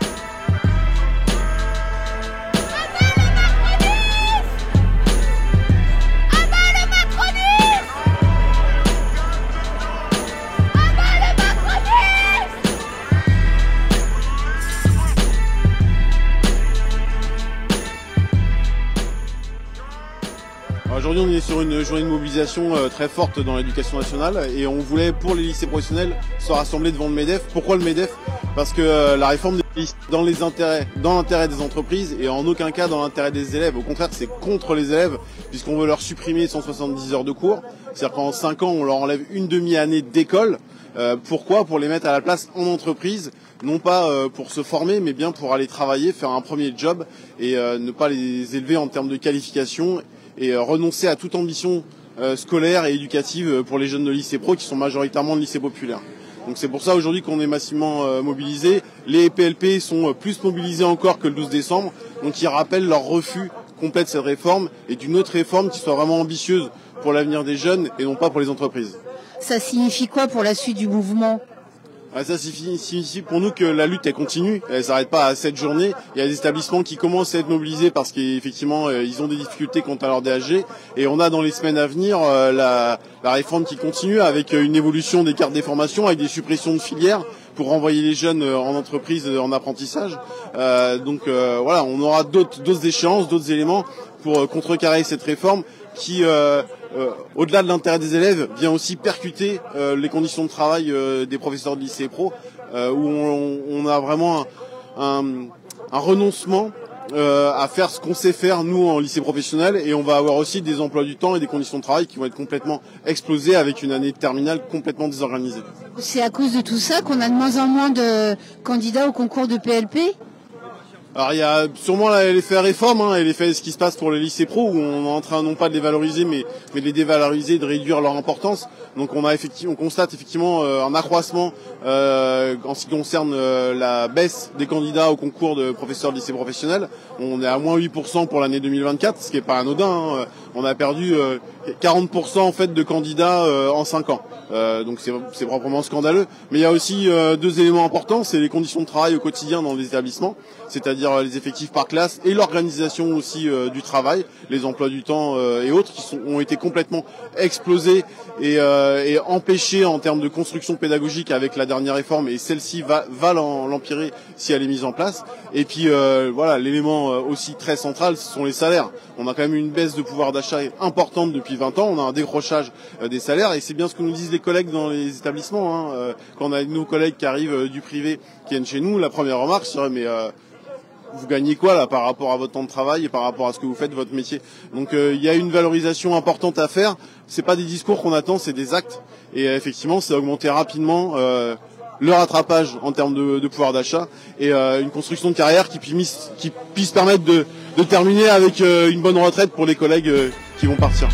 Aujourd'hui, on est sur une journée de mobilisation très forte dans l'éducation nationale et on voulait, pour les lycées professionnels, se rassembler devant le MEDEF. Pourquoi le MEDEF? Parce que la réforme des lycées, dans les intérêts, dans l'intérêt des entreprises et en aucun cas dans l'intérêt des élèves. Au contraire, c'est contre les élèves puisqu'on veut leur supprimer cent soixante-dix heures de cours. C'est-à-dire qu'en cinq ans, on leur enlève une demi-année d'école. Euh, pourquoi? Pour les mettre à la place en entreprise, non pas euh, pour se former, mais bien pour aller travailler, faire un premier job et euh, ne pas les élever en termes de qualification et euh, renoncer à toute ambition euh, scolaire et éducative pour les jeunes de lycée pro qui sont majoritairement de lycée populaire. Donc c'est pour ça aujourd'hui qu'on est massivement euh, mobilisés. Les P L P sont plus mobilisés encore que le douze décembre, donc ils rappellent leur refus complet de cette réforme et d'une autre réforme qui soit vraiment ambitieuse pour l'avenir des jeunes et non pas pour les entreprises. Ça signifie quoi pour la suite du mouvement ? Ça signifie pour nous que la lutte elle continue, elle s'arrête pas à cette journée. Il y a des établissements qui commencent à être mobilisés parce qu'effectivement ils ont des difficultés quant à leur D H G et on a dans les semaines à venir la, la réforme qui continue avec une évolution des cartes des formations, avec des suppressions de filières pour renvoyer les jeunes en entreprise, en apprentissage. Euh, donc euh, voilà, on aura d'autres, d'autres échéances, d'autres éléments pour contrecarrer cette réforme qui euh, Euh, au-delà de l'intérêt des élèves, vient aussi percuter euh, les conditions de travail euh, des professeurs de lycée pro, euh, où on, on a vraiment un, un, un renoncement euh, à faire ce qu'on sait faire nous en lycée professionnel, et on va avoir aussi des emplois du temps et des conditions de travail qui vont être complètement explosées avec une année de terminale complètement désorganisée. C'est à cause de tout ça qu'on a de moins en moins de candidats au concours de P L P ? Alors il y a sûrement l'effet réforme hein, et l'effet ce qui se passe pour les lycées pro où on est en train non pas de les valoriser mais, mais de les dévaloriser, de réduire leur importance. Donc on a effectivement, on constate effectivement euh, un accroissement euh, en ce qui concerne euh, la baisse des candidats au concours de professeurs de lycée professionnel. On est à moins huit pour cent pour l'année deux mille vingt-quatre, ce qui est pas anodin. Hein. On a perdu euh, quarante pour cent en fait de candidats euh, en cinq ans. Euh, donc c'est, c'est proprement scandaleux. Mais il y a aussi euh, deux éléments importants, c'est les conditions de travail au quotidien dans les établissements, c'est-à-dire euh, les effectifs par classe et l'organisation aussi euh, du travail, les emplois du temps euh, et autres qui sont, ont été complètement explosés et, euh, et empêchés en termes de construction pédagogique avec la dernière réforme, et celle-ci va, va l'empirer si elle est mise en place. Et puis euh, voilà, l'élément euh, aussi très central, ce sont les salaires. On a quand même une baisse de pouvoir d'achat importante depuis vingt ans, on a un décrochage euh, des salaires, et c'est bien ce que nous disent les collègues dans les établissements. Hein. Euh, quand on a nos collègues qui arrivent euh, du privé, qui viennent chez nous, la première remarque serait mais euh, vous gagnez quoi là par rapport à votre temps de travail et par rapport à ce que vous faites, votre métier. Donc il euh, y a une valorisation importante à faire. C'est pas des discours qu'on attend, c'est des actes. Et euh, effectivement, c'est augmenter rapidement euh, le rattrapage en termes de, de pouvoir d'achat et euh, une construction de carrière qui puisse, qui puisse permettre de, de terminer avec euh, une bonne retraite pour les collègues euh, qui vont partir.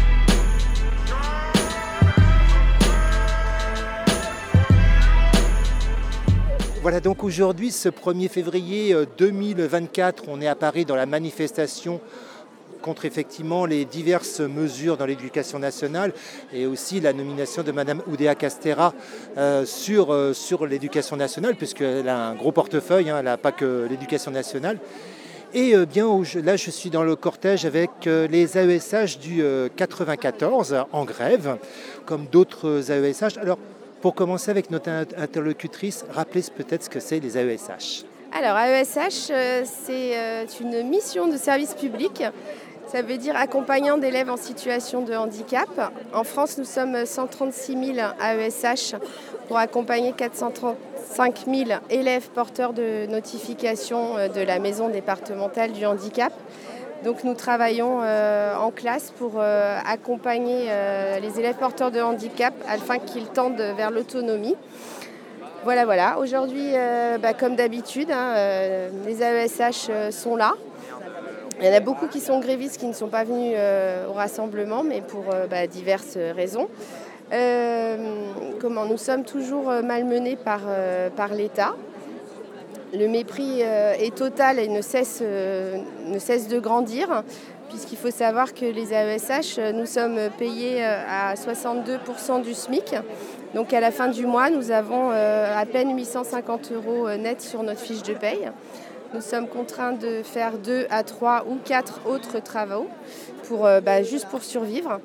Voilà donc aujourd'hui, ce premier février deux mille vingt-quatre, on est à Paris dans la manifestation contre effectivement les diverses mesures dans l'éducation nationale et aussi la nomination de Madame Oudéa Castéra euh, sur, euh, sur l'éducation nationale, puisqu'elle a un gros portefeuille, hein, elle n'a pas que l'éducation nationale. Et euh, bien là, je suis dans le cortège avec euh, les A E S H du euh, quatre-vingt-quatorze en grève, comme d'autres A E S H. Alors, pour commencer avec notre interlocutrice, rappelez peut-être ce que c'est les A E S H. Alors, A E S H, euh, c'est euh, une mission de service public. Ça veut dire accompagnant d'élèves en situation de handicap. En France, nous sommes cent trente-six mille A E S H pour accompagner quatre cent trente-cinq mille élèves porteurs de notification de la maison départementale du handicap. Donc nous travaillons euh, en classe pour euh, accompagner euh, les élèves porteurs de handicap afin qu'ils tendent vers l'autonomie. Voilà, voilà. Aujourd'hui, euh, bah, comme d'habitude, hein, euh, les A E S H euh, sont là. Il y en a beaucoup qui sont grévistes, qui ne sont pas venus euh, au rassemblement, mais pour euh, bah, diverses raisons. Euh, comment, nous sommes toujours malmenés par, euh, par l'État. Le mépris euh, est total et ne cesse, euh, ne cesse de grandir, puisqu'il faut savoir que les A E S H, nous sommes payés à soixante-deux pour cent du SMIC. Donc à la fin du mois, nous avons euh, à peine huit cent cinquante euros net sur notre fiche de paye. Nous sommes contraints de faire deux à trois ou quatre autres travaux pour, euh, bah, juste pour survivre.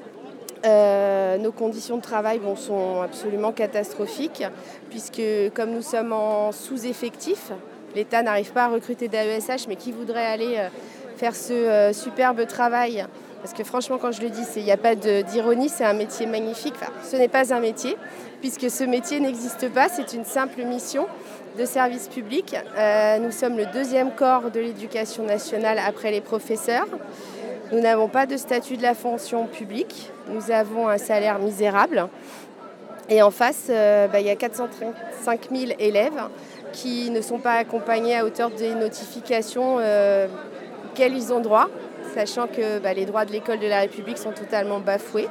Euh, nos conditions de travail bon, sont absolument catastrophiques puisque comme nous sommes en sous-effectif, l'État n'arrive pas à recruter d'A E S H, mais qui voudrait aller euh, faire ce euh, superbe travail, parce que franchement quand je le dis, il n'y a pas de, d'ironie, c'est un métier magnifique. Enfin, ce n'est pas un métier puisque ce métier n'existe pas, c'est une simple mission de service public. Euh, nous sommes le deuxième corps de l'éducation nationale après les professeurs. Nous n'avons pas de statut de la fonction publique. Nous avons un salaire misérable. Et en face, euh, bah, il y a quatre cent trente-cinq mille élèves qui ne sont pas accompagnés à hauteur des notifications euh, auxquelles ils ont droit, sachant que bah, les droits de l'école de la République sont totalement bafoués.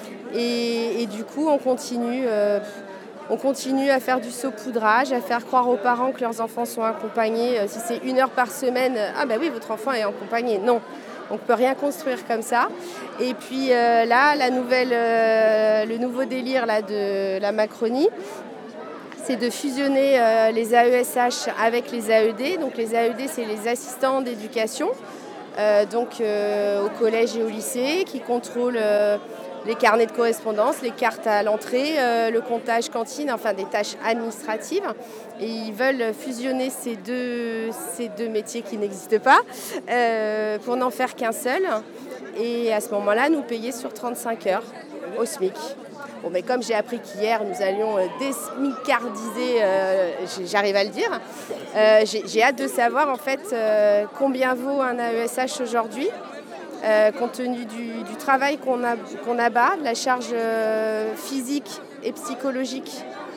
Et, et du coup, on continue, euh, on continue à faire du saupoudrage, à faire croire aux parents que leurs enfants sont accompagnés. Si c'est une heure par semaine, ah bah oui, votre enfant est accompagné. Non. On ne peut rien construire comme ça. Et puis euh, là, la nouvelle, euh, le nouveau délire là, de la Macronie, c'est de fusionner euh, les A E S H avec les A E D. Donc les A E D, c'est les assistants d'éducation, euh, donc euh, au collège et au lycée, qui contrôlent euh, les carnets de correspondance, les cartes à l'entrée, euh, le comptage cantine, enfin des tâches administratives. Et ils veulent fusionner ces deux, ces deux métiers qui n'existent pas euh, pour n'en faire qu'un seul. Et à ce moment-là, nous payer sur trente-cinq heures au SMIC. Bon, mais comme j'ai appris qu'hier, nous allions euh, désmicardiser, euh, j'arrive à le dire, euh, j'ai, j'ai hâte de savoir en fait euh, combien vaut un A E S H aujourd'hui. Euh, compte tenu du, du travail qu'on, a, qu'on abat, de la charge euh, physique et psychologique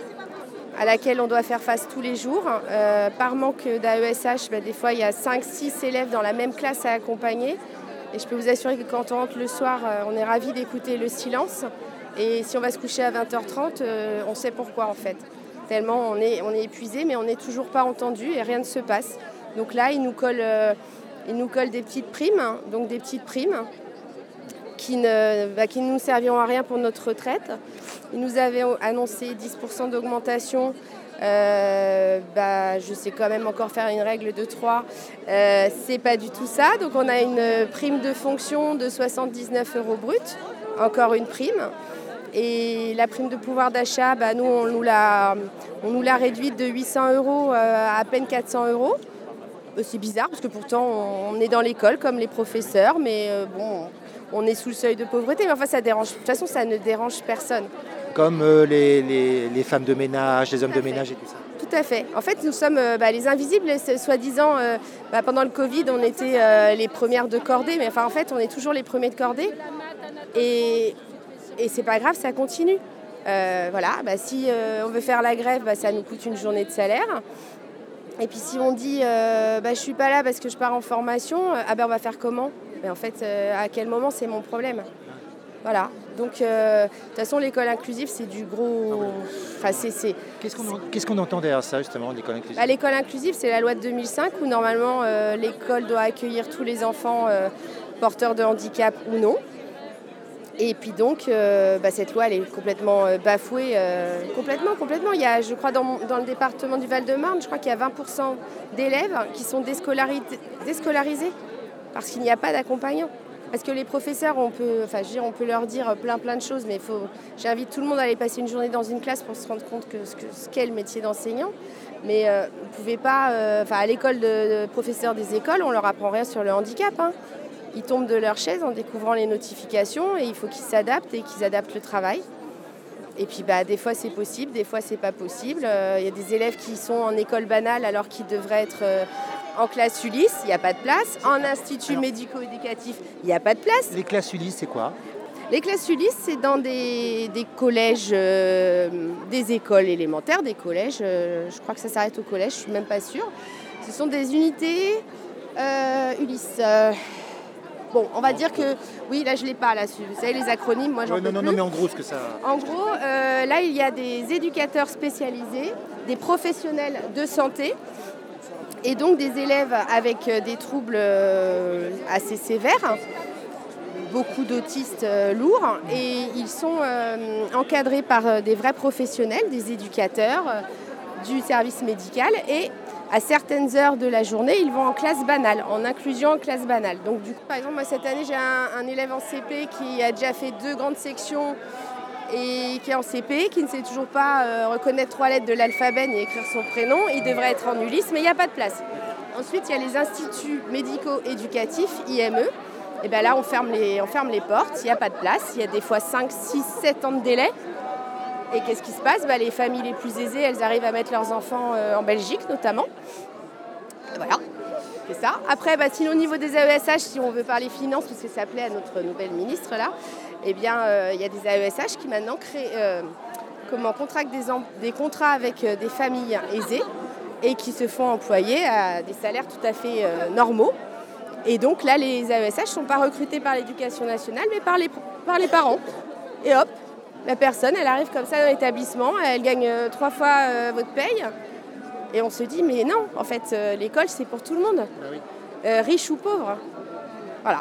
à laquelle on doit faire face tous les jours. Euh, par manque d'A E S H, bah, des fois il y a cinq six élèves dans la même classe à accompagner. Et je peux vous assurer que quand on rentre le soir, euh, on est ravis d'écouter le silence. Et si on va se coucher à vingt heures trente, euh, on sait pourquoi en fait. Tellement on est, on est épuisé, mais on n'est toujours pas entendu et rien ne se passe. Donc là, ils nous collent... Euh, Ils nous collent des petites primes, donc des petites primes qui ne, bah, qui ne nous serviront à rien pour notre retraite. Ils nous avaient annoncé dix pour cent d'augmentation. Euh, bah, je sais quand même encore faire une règle de trois. Euh, c'est pas du tout ça. Donc on a une prime de fonction de soixante-dix-neuf euros brut, encore une prime. Et la prime de pouvoir d'achat, bah, nous on nous l'a, on nous l'a réduite de huit cents euros à à peine quatre cents euros. C'est bizarre parce que pourtant on est dans l'école comme les professeurs, mais euh, bon, on est sous le seuil de pauvreté. Mais enfin, ça dérange. De toute façon, ça ne dérange personne. Comme euh, les, les, les femmes de ménage, les hommes de ménage et tout ça. Tout à fait. En fait, nous sommes euh, bah, les invisibles, soi-disant, euh, bah, pendant le Covid, on était euh, les premières de cordée, mais enfin, en fait, on est toujours les premiers de cordée. Et, et c'est pas grave, ça continue. Euh, voilà, bah, si euh, on veut faire la grève, bah, ça nous coûte une journée de salaire. Et puis si on dit euh, bah, je suis pas là parce que je pars en formation, euh, ah ben on va faire comment? Mais en fait, euh, à quel moment c'est mon problème? Voilà. Donc, euh, de toute façon, l'école inclusive, c'est du gros. Enfin, c'est. c'est... Qu'est-ce qu'on, qu'est-ce qu'on entend derrière ça, justement, l'école inclusive? Bah, l'école inclusive, c'est la loi de deux mille cinq où normalement euh, l'école doit accueillir tous les enfants euh, porteurs de handicap ou non. Et puis donc, euh, bah, cette loi, elle est complètement euh, bafouée. Euh, complètement, complètement. Il y a, je crois, dans, mon, dans le département du Val-de-Marne, je crois qu'il y a vingt pour cent d'élèves qui sont déscolari- déscolarisés parce qu'il n'y a pas d'accompagnant. Parce que les professeurs, on peut, enfin, je veux dire, on peut leur dire plein plein de choses, mais il faut, j'invite tout le monde à aller passer une journée dans une classe pour se rendre compte que ce, que, ce qu'est le métier d'enseignant. Mais euh, vous ne pouvez pas, euh, enfin, à l'école de, de professeurs des écoles, on leur apprend rien sur le handicap. Hein. Ils tombent de leur chaise en découvrant les notifications et il faut qu'ils s'adaptent et qu'ils adaptent le travail. Et puis bah, des fois c'est possible, des fois c'est pas possible. Il euh, y a des élèves qui sont en école banale alors qu'ils devraient être euh, en classe Ulysse, il n'y a pas de place. En institut alors, médico-éducatif, il n'y a pas de place. Les classes Ulysse, c'est quoi? Les classes Ulysse, c'est dans des, des collèges, euh, des écoles élémentaires, des collèges. Euh, je crois que ça s'arrête au collège, je ne suis même pas sûre. Ce sont des unités euh, Ulysse. Euh, Bon, on va dire que, oui, là je ne l'ai pas, là, vous savez, les acronymes, moi j'en ouais, peux non, non, plus. non, mais en gros, ce que ça... En gros, euh, là, il y a des éducateurs spécialisés, des professionnels de santé, et donc des élèves avec des troubles euh, assez sévères, beaucoup d'autistes euh, lourds, et ils sont euh, encadrés par des vrais professionnels, des éducateurs, euh, du service médical, et à certaines heures de la journée, ils vont en classe banale, en inclusion en classe banale. Donc, du coup, par exemple, moi, cette année, j'ai un, un élève en C P qui a déjà fait deux grandes sections et qui est en C P, qui ne sait toujours pas euh, reconnaître trois lettres de l'alphabet et écrire son prénom. Il devrait être en Ulysse, mais il n'y a pas de place. Ensuite, il y a les instituts médico-éducatifs, I M E. Et bien là, on ferme les, on ferme les portes, il n'y a pas de place. Il y a des fois cinq, six, sept ans de délai. Et qu'est-ce qui se passe? bah, Les familles les plus aisées, elles arrivent à mettre leurs enfants euh, en Belgique notamment. Et voilà, c'est ça. Après, bah, sinon au niveau des A E S H, si on veut parler finances, parce que ça plaît à notre nouvelle ministre là, eh bien, il euh, y a des A E S H qui maintenant créent, euh, comment, contractent des, em- des contrats avec euh, des familles aisées et qui se font employer à des salaires tout à fait euh, normaux. Et donc là, les A E S H ne sont pas recrutés par l'éducation nationale, mais par les, par les parents. Et hop, la personne, elle arrive comme ça dans l'établissement, elle gagne euh, trois fois euh, votre paye. Et on se dit, mais non, en fait, euh, l'école, c'est pour tout le monde. Ah oui. euh, riche ou pauvre. Voilà.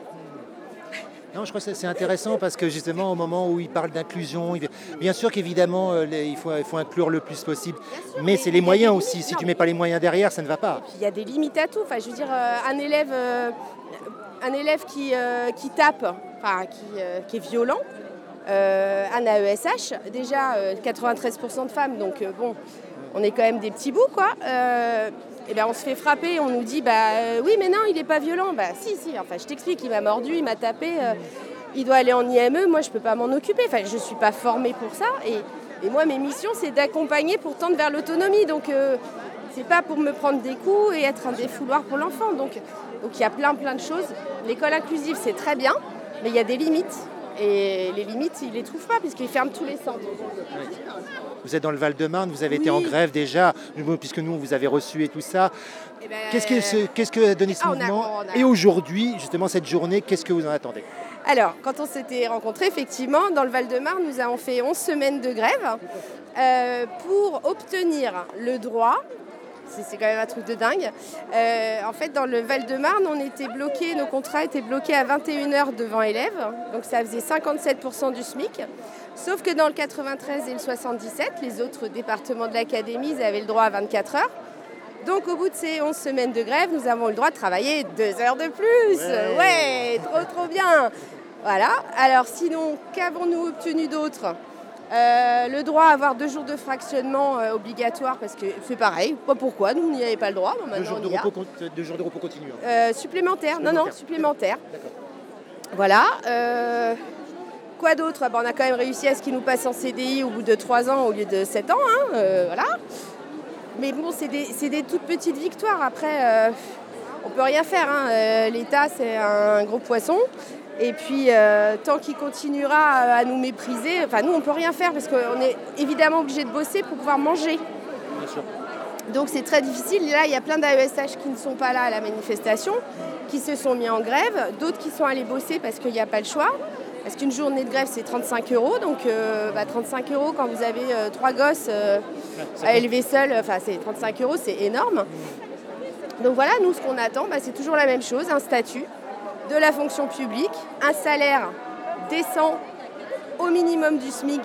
Non, je crois que c'est intéressant parce que justement, au moment où il parle d'inclusion, il... bien sûr qu'évidemment, euh, les... il, faut, il faut inclure le plus possible. Sûr, mais, mais c'est les moyens aussi. Si non, tu ne mets pas les moyens derrière, ça ne va pas. Il y a des limites à tout. Enfin, je veux dire, euh, un élève, euh, un élève qui, euh, qui tape, enfin, qui, euh, qui est violent, Euh, un A E S H, déjà euh, quatre-vingt-treize pour cent de femmes, donc euh, bon, on est quand même des petits bouts, quoi. Euh, et ben on se fait frapper, on nous dit, bah euh, oui, mais non, il n'est pas violent. Bah si, si, enfin, je t'explique, il m'a mordu, il m'a tapé, euh, il doit aller en I M E, moi, je peux pas m'en occuper. Enfin, je suis pas formée pour ça. Et, et moi, mes missions, c'est d'accompagner pour tendre vers l'autonomie. Donc, euh, c'est pas pour me prendre des coups et être un défouloir pour l'enfant. Donc, donc, il y a plein, plein de choses. L'école inclusive, c'est très bien, mais il y a des limites. Et les limites, ils ne les trouvent pas puisqu'ils ferment tous les centres. Oui. Vous êtes dans le Val-de-Marne, vous avez oui. été en grève déjà, puisque nous, vous avez reçu et tout ça. Eh ben, qu'est-ce, que ce, qu'est-ce que a donné ce ah, mouvement a, a... Et aujourd'hui, justement, cette journée, qu'est-ce que vous en attendez? Alors, quand on s'était rencontrés, effectivement, dans le Val-de-Marne, nous avons fait onze semaines de grève euh, pour obtenir le droit. C'est quand même un truc de dingue. Euh, en fait, dans le Val-de-Marne, on était bloqués, nos contrats étaient bloqués à vingt et une heures devant élèves. Donc ça faisait cinquante-sept pour cent du SMIC. Sauf que dans le quatre-vingt-treize et le soixante-dix-sept, les autres départements de l'académie, ils avaient le droit à vingt-quatre heures. Donc au bout de ces onze semaines de grève, nous avons le droit de travailler deux heures de plus. Ouais, ouais, trop trop bien. Voilà. Alors sinon, qu'avons-nous obtenu d'autre ? Euh, le droit à avoir deux jours de fractionnement euh, obligatoire parce que c'est pareil, pas pourquoi, nous on n'y avait pas le droit. Bon, deux, jours de repos, deux jours de repos continu. Hein. Euh, supplémentaire, non non, supplémentaire. D'accord. Voilà. Euh, quoi d'autre? bah, On a quand même réussi à ce qu'ils nous passent en C D I au bout de trois ans au lieu de sept ans. Hein, euh, voilà. mais bon, c'est des, c'est des toutes petites victoires. Après, euh, on peut rien faire. Hein. Euh, L'État, c'est un gros poisson. Et puis, euh, tant qu'il continuera à nous mépriser, enfin, nous, on ne peut rien faire parce qu'on est évidemment obligé de bosser pour pouvoir manger. Bien sûr. Donc, c'est très difficile. Là, il y a plein d'A E S H qui ne sont pas là à la manifestation, qui se sont mis en grève, d'autres qui sont allés bosser parce qu'il n'y a pas le choix. Parce qu'une journée de grève, c'est trente-cinq euros. Donc, euh, bah, trente-cinq euros quand vous avez euh, trois gosses euh, à élever seuls, enfin, c'est trente-cinq euros, c'est énorme. Donc, voilà, nous, ce qu'on attend, bah, c'est toujours la même chose, un statut de la fonction publique, un salaire décent au minimum du SMIC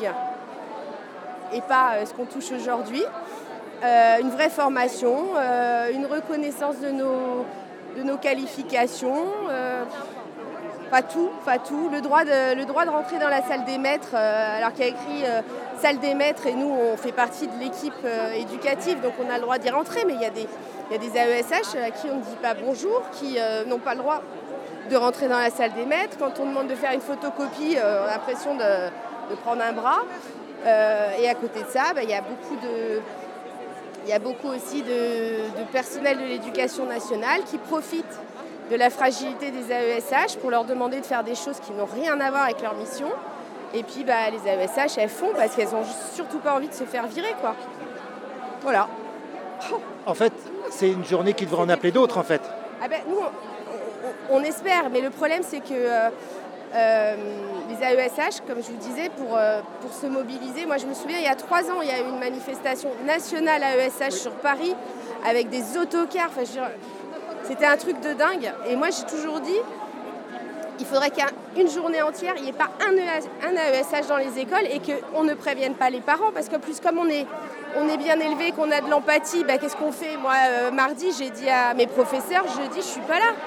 et pas euh, ce qu'on touche aujourd'hui, euh, une vraie formation, euh, une reconnaissance de nos, de nos qualifications, euh, pas tout, pas tout, le droit de, le droit de rentrer dans la salle des maîtres, euh, alors qu'il y a écrit euh, salle des maîtres et nous on fait partie de l'équipe euh, éducative, donc on a le droit d'y rentrer, mais il y a des, il y a des A E S H à qui on ne dit pas bonjour, qui euh, n'ont pas le droit de rentrer dans la salle des maîtres. Quand on demande de faire une photocopie, euh, on a l'impression de, de prendre un bras. Euh, et à côté de ça, bah, il y a beaucoup de, il y a beaucoup aussi de, de personnel de l'éducation nationale qui profitent de la fragilité des A E S H pour leur demander de faire des choses qui n'ont rien à voir avec leur mission. Et puis bah, les A E S H, elles font parce qu'elles n'ont surtout pas envie de se faire virer, quoi. Voilà. En fait, c'est une journée qui devrait en appeler d'autres, en fait. Ah ben, nous, on, on espère, mais le problème, c'est que euh, euh, les A E S H, comme je vous disais, pour, euh, pour se mobiliser, moi je me souviens, il y a trois ans, il y a eu une manifestation nationale A E S H sur Paris avec des autocars. Enfin, je veux dire, c'était un truc de dingue. Et moi, j'ai toujours dit, il faudrait qu'une journée entière, il n'y ait pas un, un A E S H dans les écoles et qu'on ne prévienne pas les parents. Parce qu'en plus, comme on est, on est bien élevé, qu'on a de l'empathie, bah, qu'est-ce qu'on fait? Moi, euh, mardi, j'ai dit à mes professeurs, je dis, je ne suis pas là.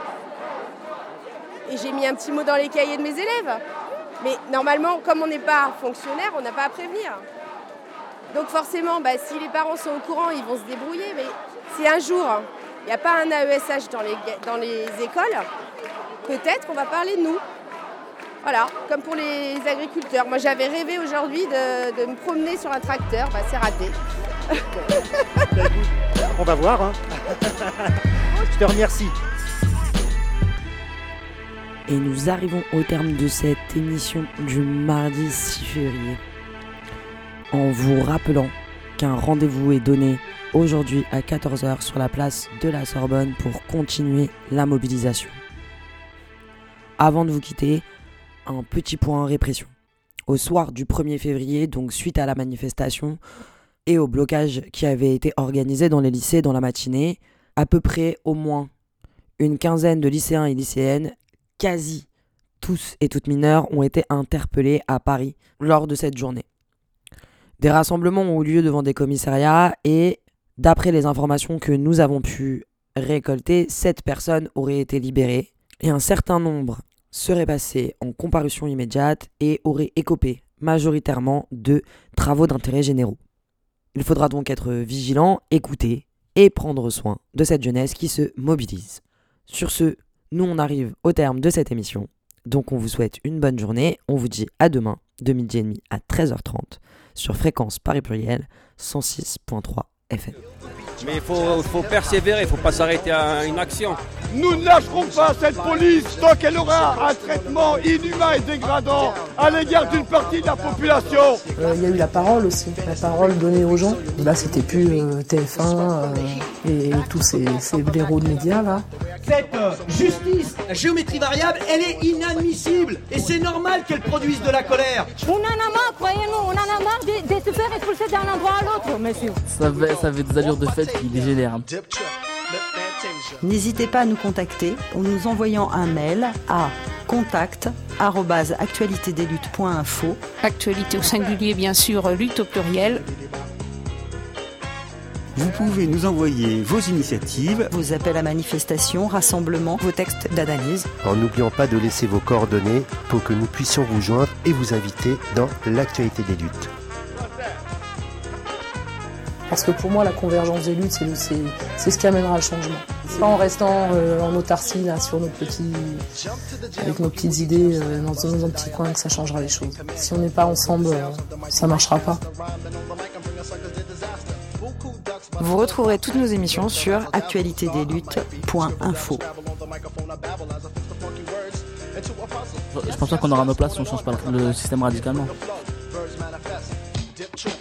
Et j'ai mis un petit mot dans les cahiers de mes élèves. Mais normalement, comme on n'est pas fonctionnaire, on n'a pas à prévenir. Donc forcément, bah, si les parents sont au courant, ils vont se débrouiller. Mais si un jour, il n'y a pas un A E S H dans les, dans les écoles, peut-être qu'on va parler de nous. Voilà, comme pour les agriculteurs. Moi, j'avais rêvé aujourd'hui de, de me promener sur un tracteur. Bah, c'est raté. On va voir. Hein. Je te remercie. Et nous arrivons au terme de cette émission du mardi six février. En vous rappelant qu'un rendez-vous est donné aujourd'hui à quatorze heures sur la place de la Sorbonne pour continuer la mobilisation. Avant de vous quitter, un petit point répression. Au soir du premier février, donc suite à la manifestation et au blocage qui avait été organisé dans les lycées dans la matinée, à peu près au moins une quinzaine de lycéens et lycéennes, quasi tous et toutes mineurs, ont été interpellés à Paris lors de cette journée. Des rassemblements ont eu lieu devant des commissariats et, d'après les informations que nous avons pu récolter, sept personnes auraient été libérées et un certain nombre seraient passés en comparution immédiate et auraient écopé majoritairement de travaux d'intérêt généraux. Il faudra donc être vigilant, écouter et prendre soin de cette jeunesse qui se mobilise. Sur ce, nous on arrive au terme de cette émission, donc on vous souhaite une bonne journée, on vous dit à demain de midi et demi à treize heures trente sur Fréquence Paris Pluriel cent six virgule trois F M. Mais il faut, faut persévérer, il ne faut pas s'arrêter à une action. Nous ne lâcherons pas cette police tant qu'elle aura un traitement inhumain et dégradant à l'égard d'une partie de la population. Il euh, y a eu la parole aussi, la parole donnée aux gens. Là, c'était plus euh, T F un euh, et tous ces, ces blaireaux de médias là. Cette euh, justice, la géométrie variable, elle est inadmissible. Et c'est normal qu'elle produise de la colère. On en a marre, croyez-nous, on en a marre de, de se faire expulser d'un endroit à l'autre, monsieur. Ça avait, ça avait des allures de fête qui dégénèrent. N'hésitez pas à nous contacter en nous envoyant un mail à contact arobase actualité des luttes point info. Actualité au singulier, bien sûr, lutte au pluriel. Vous pouvez nous envoyer vos initiatives, vos appels à manifestation, rassemblements, vos textes d'analyse. En n'oubliant pas de laisser vos coordonnées pour que nous puissions vous joindre et vous inviter dans l'actualité des luttes. Parce que pour moi, la convergence des luttes, c'est, le, c'est, c'est ce qui amènera le changement. C'est pas en restant euh, en autarcie là, sur nos petits, avec nos petites idées euh, dans, dans un petit coin que ça changera les choses. Si on n'est pas ensemble, euh, ça marchera pas. Vous retrouverez toutes nos émissions sur actualité des luttes point info. Je pense pas qu'on aura nos places si on change pas le système radicalement.